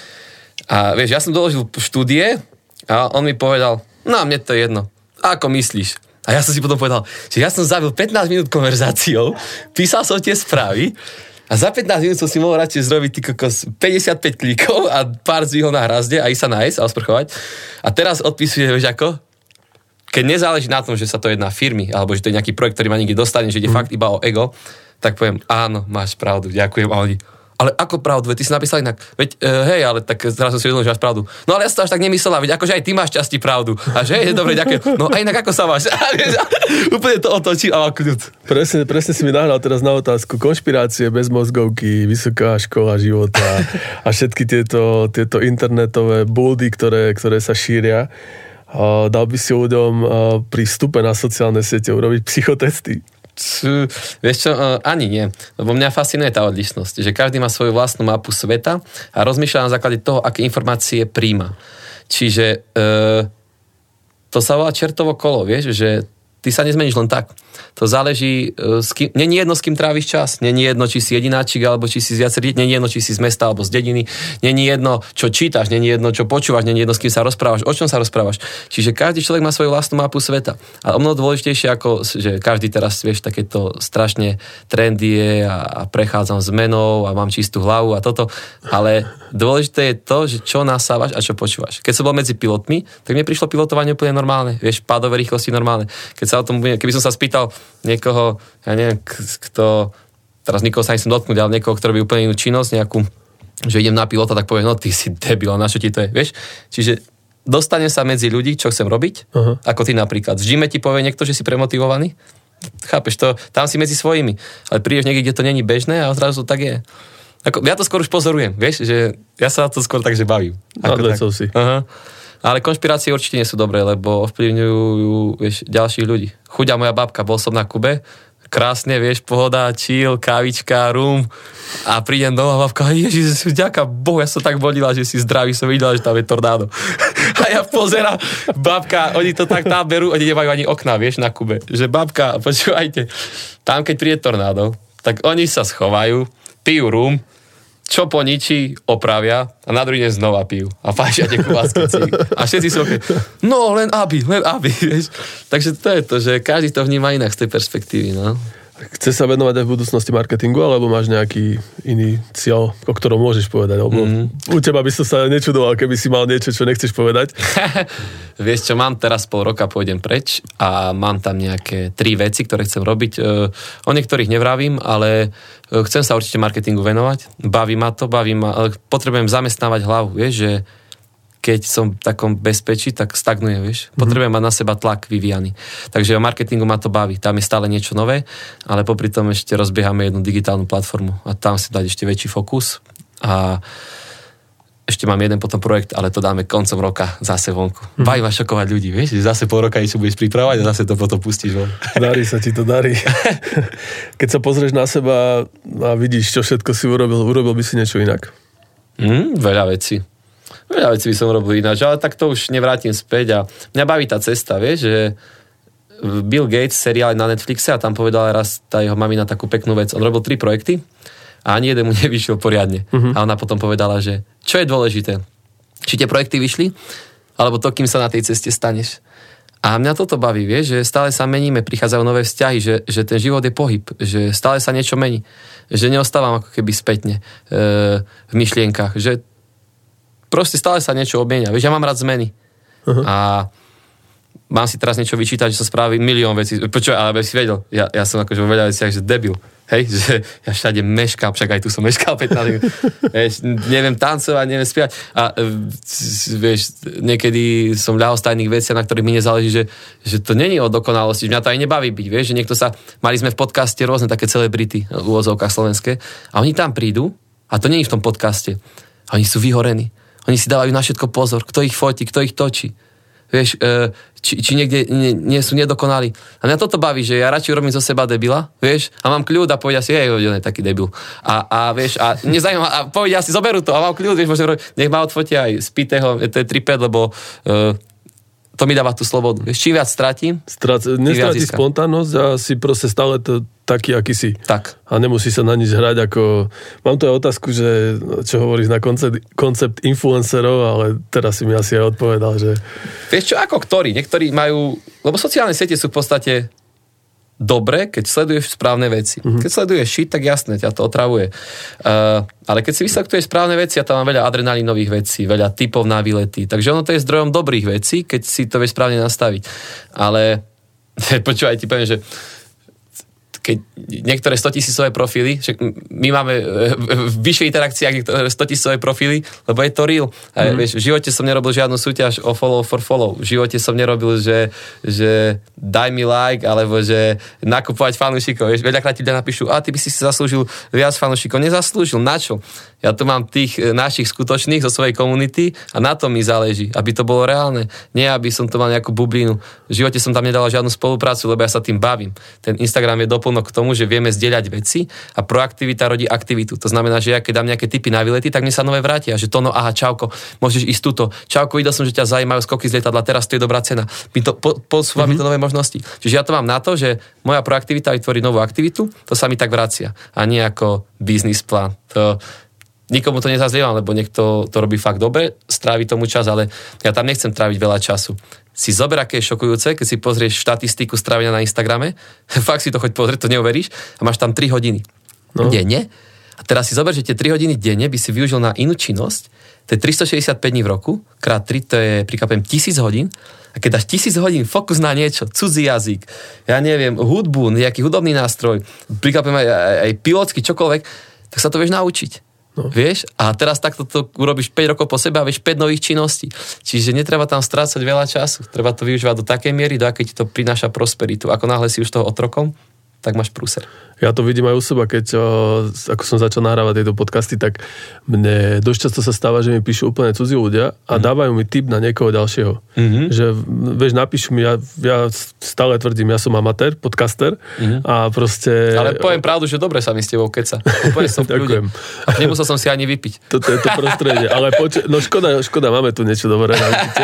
A vieš, ja som doložil štúdie a on mi povedal, no mne to je jedno. Ako myslíš? A ja som si potom povedal, že ja som zabil 15 minút konverzáciou, písal som tie správy a za 15 minút som si mohol radšej zrobiť 55 klikov a pár zvýhov na hrazde a ísť sa nájsť a osprchovať. A teraz odpisuje, vieš ako? Keď nezáleží na tom, že sa to jedná firmy, alebo že to je nejaký projekt, ktorý ma niekde dostane, že ide fakt iba o ego, tak poviem, áno, máš pravdu, ďakujem. A oni, ale ako pravdu? Veď ty si napísal inak. Veď, hej, ale tak teraz som si uvedomil, že máš pravdu. No ale ja som to až tak nemyslela, veď akože aj ty máš časti pravdu. A že hej, dobre, ďakujem. No a inak ako sa máš? Úplne to otočím a mám kľud. Presne si mi nahral teraz na otázku. Konšpirácie, bezmozgovky, vysoká škola života a všetky tieto internetové buldy, ktoré sa šíria. Dal by si ľuďom pri vstupe na sociálne siete urobiť psychotesty? Vieš čo, ani nie. Lebo mňa fascinuje tá odlišnosť, že každý má svoju vlastnú mapu sveta a rozmýšľa na základe toho, aké informácie príjma. Čiže to sa volá čertovo kolo, vieš, že ty sa nezmeníš len tak. To záleží, nie je jedno, s kým tráviš čas. Nie je jedno, či si jedináčik, alebo či si z viacerých, nie je jedno, či si z mesta, alebo z dediny. Nie je jedno, čo čítaš, nie je jedno, čo počúvaš, nie je jedno, s kým sa rozprávaš, o čom sa rozprávaš. Čiže každý človek má svoju vlastnú mapu sveta. A o mnoho dôležitejšie, ako že každý teraz, vieš, takéto strašne trendy je a prechádzam zmenou a mám čistú hlavu a toto. Ale dôležité je to, že čo nasávaš a čo počúvaš. Keď som bol medzi pilotmi, tak mne prišlo pilotovanie úplne normálne. Vieš, pádové rýchlosti normálne. Keď sa o tom, keby som sa spýtal niekoho, ja neviem, kto, teraz nikoho sa nechcem dotknúť, ale niekoho, ktorý by úplne inú činnosť, nejakú, že idem na pilota, tak povie, no ty si debil, a na čo ti to je, vieš? Čiže dostanem sa medzi ľudí, čo chcem robiť, ako ty napríklad. V gyme ti povie niekto, že si premotivovaný, chápeš to, tam si medzi svojimi, ale prídeš niekde, kde to není bežné a odrazu to tak je. Ja to skôr už pozorujem, vieš, že ja sa na to skôr tak, že bavím. Nadlecol si. Aha. Ale konšpirácie určite nie sú dobré, lebo ovplyvňujú, vieš, ďalších ľudí. Chuďa moja babka, bol som na Kube, krásne, vieš, pohoda, chill, kávička, rum a prídem doma, babka, Ježiš, ďaká Bohu, ja som tak vodila, že si zdravý, som videla, že tam je tornádo. A ja pozerám, babka, oni to tak tam berú, oni nemajú ani okná, vieš, na Kube. Že babka, počúvajte, tam keď príde tornádo, tak oni sa schovajú, pijú rum, čo poničí, opravia a na druhý deň znova pijú. A páčia tie kubáske cíky. A všetci sú no len aby, vieš. Takže to je to, že každý to vníma inak z tej perspektívy, no. Chce sa venovať aj v budúcnosti marketingu, alebo máš nejaký iný cieľ, o ktorom môžeš povedať? Alebo u teba by som sa nečudoval, keby si mal niečo, čo nechceš povedať. Vieš čo, mám teraz pol roka, pôjdem preč a mám tam nejaké 3 veci, ktoré chcem robiť. O niektorých nevravím, ale chcem sa určite marketingu venovať. Baví ma, ale potrebujem zamestnávať hlavu, vieš, že keď som v takom bezpečí, tak stagnujem, vieš. Potrebujem mať na seba tlak vyvíjaný. Takže o marketingu ma to baví. Tam je stále niečo nové, ale popri tom ešte rozbiehame jednu digitálnu platformu a tam si dať ešte väčší fokus. A ešte mám jeden potom projekt, ale to dáme koncom roka zase vonku. Baví ma šokovať ľudí, vieš, že zase pol roka niečo budeš pripravať a zase to potom pustíš von. Darí sa ti to, darí. Keď sa pozrieš na seba a vidíš, čo všetko si urobil by si niečo inak? Veľa vecí by som robil ináč, ale tak to už nevrátim späť a mňa baví tá cesta, vieš, že Bill Gates seriál na Netflixe a tam povedala raz tá jeho mamina takú peknú vec. On robil 3 projekty a ani jeden mu nevyšiel poriadne. A ona potom povedala, že čo je dôležité? Či tie projekty vyšli, alebo to, kým sa na tej ceste staneš. A mňa toto baví, vieš, že stále sa meníme, prichádzajú nové vzťahy, že ten život je pohyb, že stále sa niečo mení, že neostávam ako keby spätne v myšlienkach, že proste stále sa niečo obmienia. Vieš, ja mám rád zmeny. A mám si teraz niečo vyčítať, že sa spraví milión vecí. Počuj, ale si vedel, ja som akože vo veľa veciach, že debil. Hej, že ja všade meškám, však aj tu som meškal 15 minút. Neviem tancovať, neviem spievať. A vieš, niekedy som ľahol z tajných vecí, na ktorých mi nezáleží, že to není o dokonalosti. Mňa to aj nebaví byť, vieš, že niekto mali sme v podcaste rôzne také celebrity v úvodzovkách slovenské a oni tam prídu a to nie je v tom podcaste. A oni sú vyhorení. Oni si dávajú na všetko pozor, kto ich fotí, kto ich točí. Vieš, či niekde nie sú nedokonalí. A mňa toto baví, že ja radšej robím zo seba debila, vieš, a mám kľud a povedia si, on je taký debil. A vieš, a nezajímá, a povedia si, zoberú to a mám kľud, vieš, nech ma odfotia aj z pitého, to je 3-5, lebo to mi dáva tú slobodu. Vieš, čím viac stratím, nestratí spontánnosť a si proste stále to taký, aký si. Tak. A nemusí sa na nič hrať, ako... Mám tu aj otázku, že čo hovoríš na koncept influencerov, ale teraz si mi asi aj odpovedal, že... Vieš čo, ako ktorí? Niektorí majú... Lebo sociálne siete sú v podstate dobre, keď sleduješ správne veci. Keď sleduješ shit, tak jasné, ťa to otravuje. Ale keď si vysleduješ správne veci, a tam mám veľa adrenalinových vecí, veľa typov na výlety. Takže ono to je zdrojom dobrých vecí, keď si to vieš správne nastaviť. Ale počúvaj, ti poviem, že keď niektoré 100 000 profily, my máme v vyššej interakciách niektoré 100 000 profily, lebo je to real. Vieš, v živote som nerobil žiadnu súťaž o follow for follow. V živote som nerobil, že daj mi like, alebo že nakupovať fanúšikov. Vieš, veľakrát ti ľudia napíšu, ty by si zaslúžil viac fanúšikov. Nezaslúžil, na čo? Ja tu mám tých našich skutočných zo svojej komunity a na to mi záleží, aby to bolo reálne. Nie, aby som to mal nejakú bublinu. V živote som tam nedala žiadnu spoluprácu, lebo ja sa tým bavím. Ten Instagram je doplnok k tomu, že vieme zdieľať veci a proaktivita rodí aktivitu. To znamená, že ja keď dám nejaké tipy na výlety, tak mi sa nové vrátia, že aha, čauko, môžeš ísť tuto. Čauko, videl som, že ťa zaujímajú skoky z lietadla, teraz to je dobrá cena. Mi to posúva mi to nové možnosti. Čiže ja to mám na to, že moja proaktivita vytvorí novú aktivitu, to sa mi tak vracia. A nie ako biznis plán. Nikomu to nezazlievam, lebo niekto to robí fakt dobre, strávi tomu čas, ale ja tam nechcem tráviť veľa času. Si zober, aké je šokujúce, keď si pozrieš štatistiku strávenia na Instagrame, fakt si to choď pozrieť, to neuveríš, a máš tam 3 hodiny denne. A teraz si zober, že tie 3 hodiny denne by si využil na inú činnosť, to je 365 dní v roku, krát 3, to je prikapem 1000 hodín, a keď dáš 1000 hodín fokus na niečo, cudzí jazyk, ja neviem, hudbu, nejaký hudobný nástroj, prikapem aj pilotský, čokoľvek, tak sa to vieš naučiť. Vieš? A teraz takto to urobíš 5 rokov po sebe a vieš 5 nových činností. Čiže netreba tam strácať veľa času. Treba to využívať do takej miery, do akej ti to prináša prosperitu. Ako náhle si už toho otrokom, tak máš prúser. Ja to vidím aj u seba, keď ako som začal nahrávať tieto podcasty, tak mne dosť často sa stáva, že mi píšu úplne cudzí ľudia a dávajú mi tip na niekoho ďalšieho. Že, vieš, napíšu mi, ja stále tvrdím, ja som amatér, podcaster a proste... Ale poviem pravdu, že dobre sa mi s tebou keca. Úplne som v ľudia. A nemusel som si ani vypiť. Toto je to prostredie. Ale no škoda, máme tu niečo dobré na určite.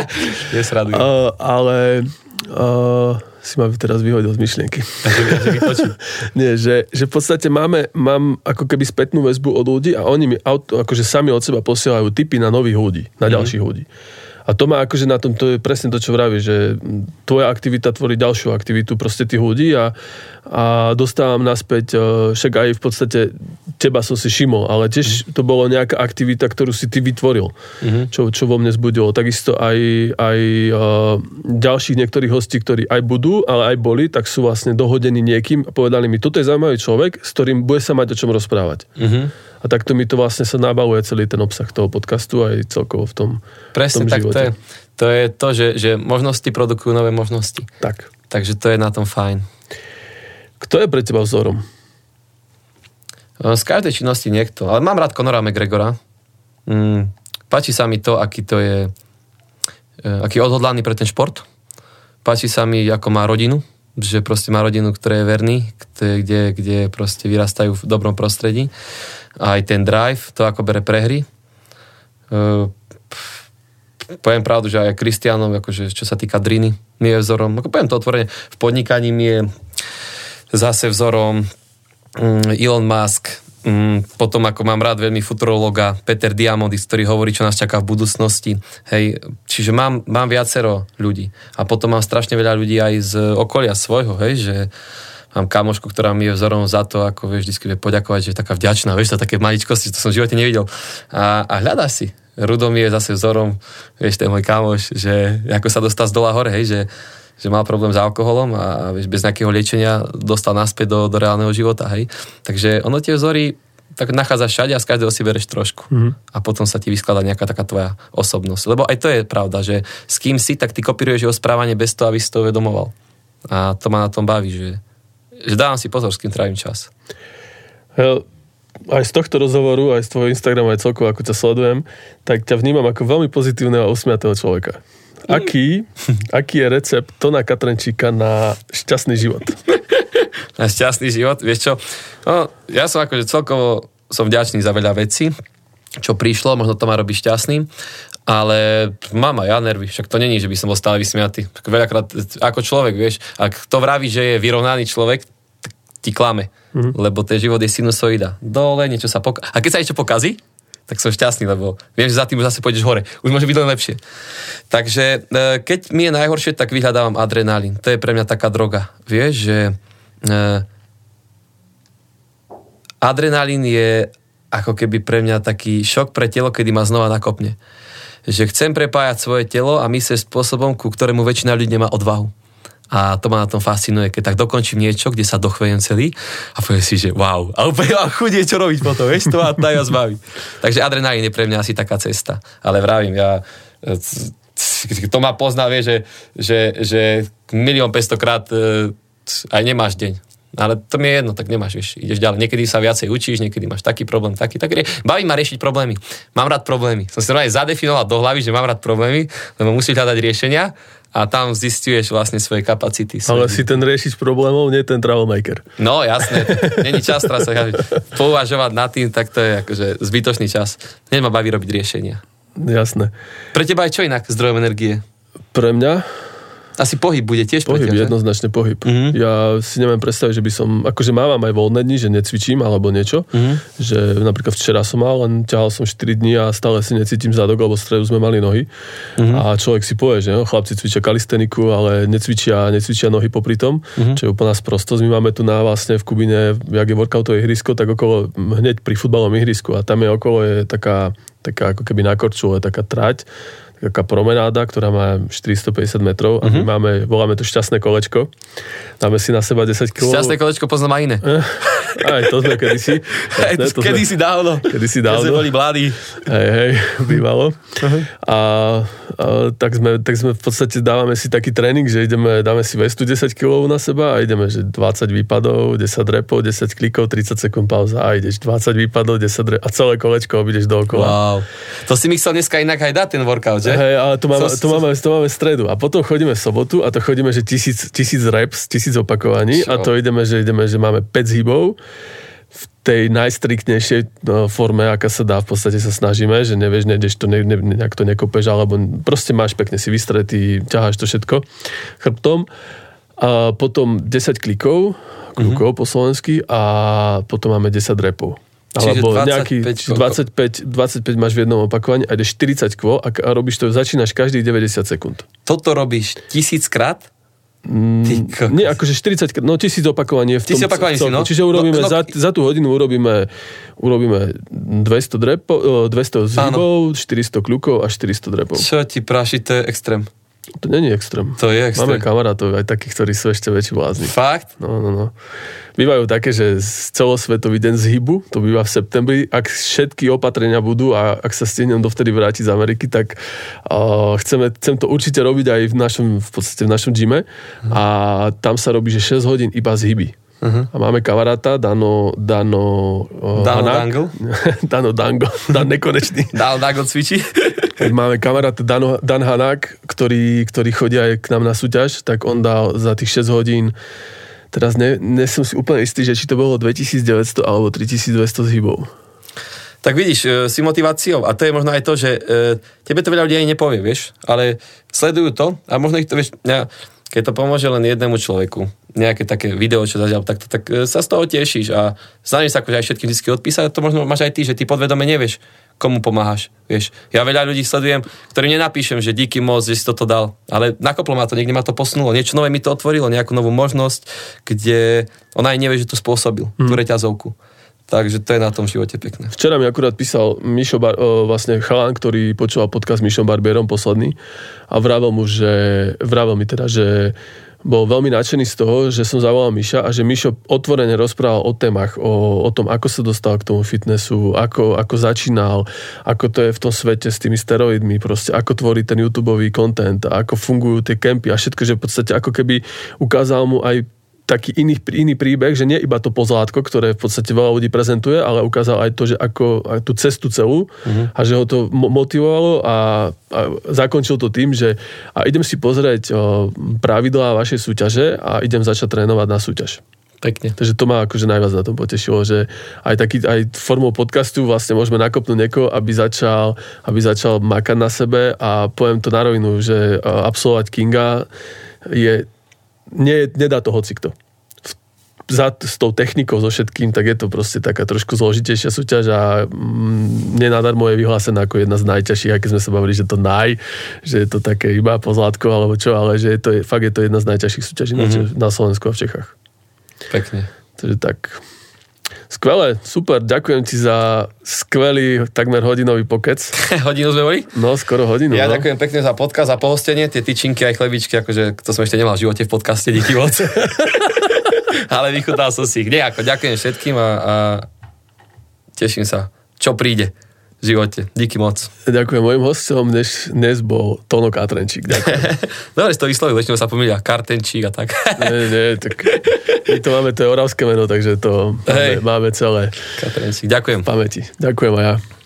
Ale si ma teraz vyhodil z myšlienky. Nie, že v podstate mám ako keby spätnú väzbu od ľudí a oni mi akože sami od seba posielajú tipy na nových ľudí, na ďalších ľudí. A to má akože na tom, to je presne to, čo vravíš, že tvoja aktivita tvorí ďalšiu aktivitu proste tých ľudí a dostávam naspäť, však aj v podstate teba som si všimol, ale tiež to bolo nejaká aktivita, ktorú si ty vytvoril, čo vo mne zbudilo. Takisto aj ďalších niektorých hostí, ktorí aj budú, ale aj boli, tak sú vlastne dohodení niekým a povedali mi, toto je zaujímavý človek, s ktorým bude sa mať o čom rozprávať. A takto mi to vlastne sa nabaluje celý ten obsah toho podcastu aj celkovo v tom presne, v tom živote. To je to, že možnosti produkujú nové možnosti. Tak. Takže to je na tom fajn. Kto je pre teba vzorom? Z každej činnosti niekto. Ale mám rád Conora McGregora. Páči sa mi to, aký je odhodlaný pre ten šport. Páči sa mi, ako má rodinu. Že proste má rodinu, ktorá je verný, kde proste vyrastajú v dobrom prostredí. A aj ten drive, to ako bere prehry. Poviem pravdu, že aj Cristiano, akože, čo sa týka driny, mi je vzorom. Ako poviem to otvorene, v podnikaní mi je zase vzorom Elon Musk. Potom ako mám rád veľmi futurologa Peter Diamandis, ktorý hovorí, čo nás čaká v budúcnosti. Hej, čiže mám viacero ľudí. A potom mám strašne veľa ľudí aj z okolia svojho, hej, že mám kamošku, ktorá mi je vzorom za to, ako vieš, vždy vie poďakovať, že je taká vďačná, vieš, to také maličkosti, to som v živote nevidel. A hľadá si. Rudo mi je zase vzorom, vieš, ten môj kamoš, že ako sa dostal z dola hore, hej, že že mal problém s alkoholom a vieš, bez nejakého liečenia dostal naspäť do reálneho života, hej. Takže ono tie vzory tak nachádzaš všade a z každého si bereš trošku. A potom sa ti vyskladá nejaká taká tvoja osobnosť. Lebo aj to je pravda, že s kým si, tak ty kopíruješ jeho správanie bez toho, aby si to uvedomoval. A to ma na tom baví, že dávam si pozor, s kým trávim čas. Aj z tohto rozhovoru, aj z tvojho Instagramu, aj celkovo, ako ťa sledujem, tak ťa vnímam ako veľmi pozitívneho a usmiatého človeka. Aký je recept Tona Katrenčíka na šťastný život? Na šťastný život? Vieš čo? No, ja som akože celkovo som vďačný za veľa vecí, čo prišlo, možno to ma robí šťastným, ale mám aj ja nervy, však to není, že by som bol stále vysmiatý. Veľakrát ako človek, vieš, ak to vraví, že je vyrovnaný človek, ti klame, lebo ten život je sinusoida. Dole, niečo sa a keď sa niečo pokazí, tak som šťastný, lebo viem, že za tým už zase pôjdeš hore. Už môže byť len lepšie. Takže keď mi je najhoršie, tak vyhľadávam adrenalín. To je pre mňa taká droga. Vieš, že adrenalín je ako keby pre mňa taký šok pre telo, kedy ma znova nakopne. Že chcem prepájať svoje telo a mysle spôsobom, ku ktorému väčšina ľudí nemá odvahu. A to ma na tom fascinuje, keď tak dokončím niečo, kde sa dochvejem celý a poviem si, že wow. A úplne mám chuť niečo robiť potom, vieš, to ma najviac baví. Takže adrenalín je pre mňa asi taká cesta. Ale vravím, to ma pozná, vie, že 1 500 000 krát aj nemáš deň. Ale to mi je jedno, tak nemáš, vieš, ideš ďalej. Niekedy sa viacej učíš, niekedy máš taký problém, taký. Baví ma riešiť problémy. Mám rád problémy. Som si normálne zadefinoval do hlavy, že mám rád problémy, lebo musíš hľadať riešenia a tam zistuješ vlastne svoje kapacity. Ale si ten riešiť problémov, nie ten troublemaker. No, jasné. Není čas teraz sa pouvažovať nad tým, tak to je akože zbytočný čas. Hneď ma baví robiť riešenia. Jasné. Pre teba aj čo inak zdrojom energie? Pre mňa? Asi pohyb bude tiež pre teba, jednoznačne pohyb. Ja si neviem predstaviť, že by som, akože mávam aj voľné dni, že necvičím alebo niečo, že napríklad včera som mal, len ťahal som 4 dní a stále si necítim zadok, lebo v stredu sme mali nohy. A človek si povie, že chlapci cvičia kalisteniku, ale necvičia nohy popri tom, čo je úplná sprostosť. My máme tu vlastne v Kubine, jak je workoutové ihrisko, tak okolo, hneď pri futbalovom ihrisku a tam je okolo je taká ako keby na Korčule, taká trať, taká promenáda, ktorá má 450 metrov a my voláme to šťastné kolečko. Dáme si na seba 10 kg. Šťastné kolečko poznám aj iné. Aj to sme kedysi. Kedysi dávno. Keď sme boli mladí. Hej, bývalo. A tak sme v podstate dávame si taký tréning, že dáme si vestu 10 kg na seba a ideme, že 20 výpadov, 10 repov, 10 klikov, 30 sekúnd pauza a ideš 20 výpadov, 10 repov a celé kolečko obídeš dookola. Wow. To si mi chcel dneska inak aj dať ten workout, že? Hej, ale to máme v stredu. A potom chodíme v sobotu a to chodíme, že 1000 reps, 1000 opakovaní a to ideme, že máme 5 zhybov v tej najstriktnejšej forme, aká sa dá, v podstate sa snažíme, že nevieš, nejdeš to, nejak to nekopeš, alebo proste máš pekne si vystretý, ťaháš to všetko chrbtom. A potom 10 klikov po slovensky a potom máme 10 repov. Alebo nejaký 25 máš v jednom opakovaní a ideš 40 kg a robíš to, začínaš každých 90 sekúnd. Toto robíš 1000 krát? Nie, akože 40 krát, 1000 opakovaní je v tom. 1000 opakovaní si, no. Čiže urobíme, za tú hodinu urobíme 200 zhybov, 400 kľukov a 400 drepov. Čo ti práši, to je extrém. To není extrém. To je extrém. Máme kamarátov aj takých, ktorí sú ešte väčší blázni. Fakt? No. Bývajú také, že celosvetový deň zhybu, to býva v septembri, ak všetky opatrenia budú a ak sa stihnem dovtedy vrátiť z Ameriky, tak chcem to určite robiť aj v našom gyme a tam sa robí, že 6 hodín iba zhyby. A máme kamaráta Dano Dangle? Dano Dango, Dan Nekonečný. Dano Dangle cvičí? Máme kamaráta Dan Hanák, ktorý chodí aj k nám na súťaž, tak on dal za tých 6 hodín, teraz som si úplne istý, že či to bolo 2900 alebo 3200 zhybov. Tak vidíš, si motiváciou a to je možno aj to, že tebe to veľa ľudí aj nepovie, vieš, ale sledujú to a možno ich to, vieš, keď to pomôže len jednému človeku, nejaké také video, čo zažiaľ, tak sa z toho tešíš a snažíš sa akože aj všetkým vždy odpísať a to možno máš aj ty, že ty podvedome nevieš, komu pomáhaš, vieš. Ja veľa ľudí sledujem, ktorým nenapíšem, že díky moc, že si toto dal, ale nakoplo ma to, niekde ma to posunulo, niečo nové mi to otvorilo, nejakú novú možnosť, kde ona aj nevie, že to spôsobil, tú reťazovku. Takže to je na tom živote pekné. Včera mi akurát písal vlastne chalán, ktorý počúval podcast s Mišom Barbierom posledný a vravel mi teda, že bol veľmi nadšený z toho, že som zavolal Miša a že Mišo otvorene rozprával o témach, o tom, ako sa dostal k tomu fitnessu, ako začínal, ako to je v tom svete s tými steroidmi, proste ako tvorí ten YouTubeový content, ako fungujú tie kempy a všetko, že v podstate ako keby ukázal mu aj taký iný príbeh, že nie iba to pozlátko, ktoré v podstate veľa ľudí prezentuje, ale ukázal aj to, že ako aj tú cestu celú a že ho to motivovalo a zakončil to tým, že a idem si pozrieť pravidlá vašej súťaže a idem začať trénovať na súťaž. Pekne. Takže to ma akože najviac na tom potešilo, že aj formou podcastu vlastne môžeme nakopnúť niekoho, aby začal makať na sebe a poviem to na rovinu, že absolvovať Kinga nedá to hocikto. S tou technikou, so všetkým, tak je to proste taká trošku zložitejšia súťaž a nenadarmo je vyhlásená ako jedna z najťažších, aj keď sme sa bavili, že že je to také iba pozlátko alebo čo, ale že fakt je to jedna z najťažších súťaží na Slovensku a v Čechách. Pekne. Takže tak. Skvelé, super, ďakujem ti za skvelý takmer hodinový pokec. Hodinu sme boli? No, skoro hodinu. Ja ďakujem pekne za podcast, za pohostenie, tie tyčinky aj chlebičky, akože to som ešte nemal v živote v podcaste, díky moc. Ale vychutal som si ich. Ďakujem všetkým a teším sa, čo príde v živote. Díky moc. Ďakujem. Mojím hostom dnes bol Tono Katrenčík. Ďakujem. Dobre, si to vyslovil, väčšinou sa pomýlia Kartenčík a tak. Nie, tak my to máme, to je oravské meno, takže to máme celé. Katrenčík, ďakujem. V pamäti. Ďakujem aj ja.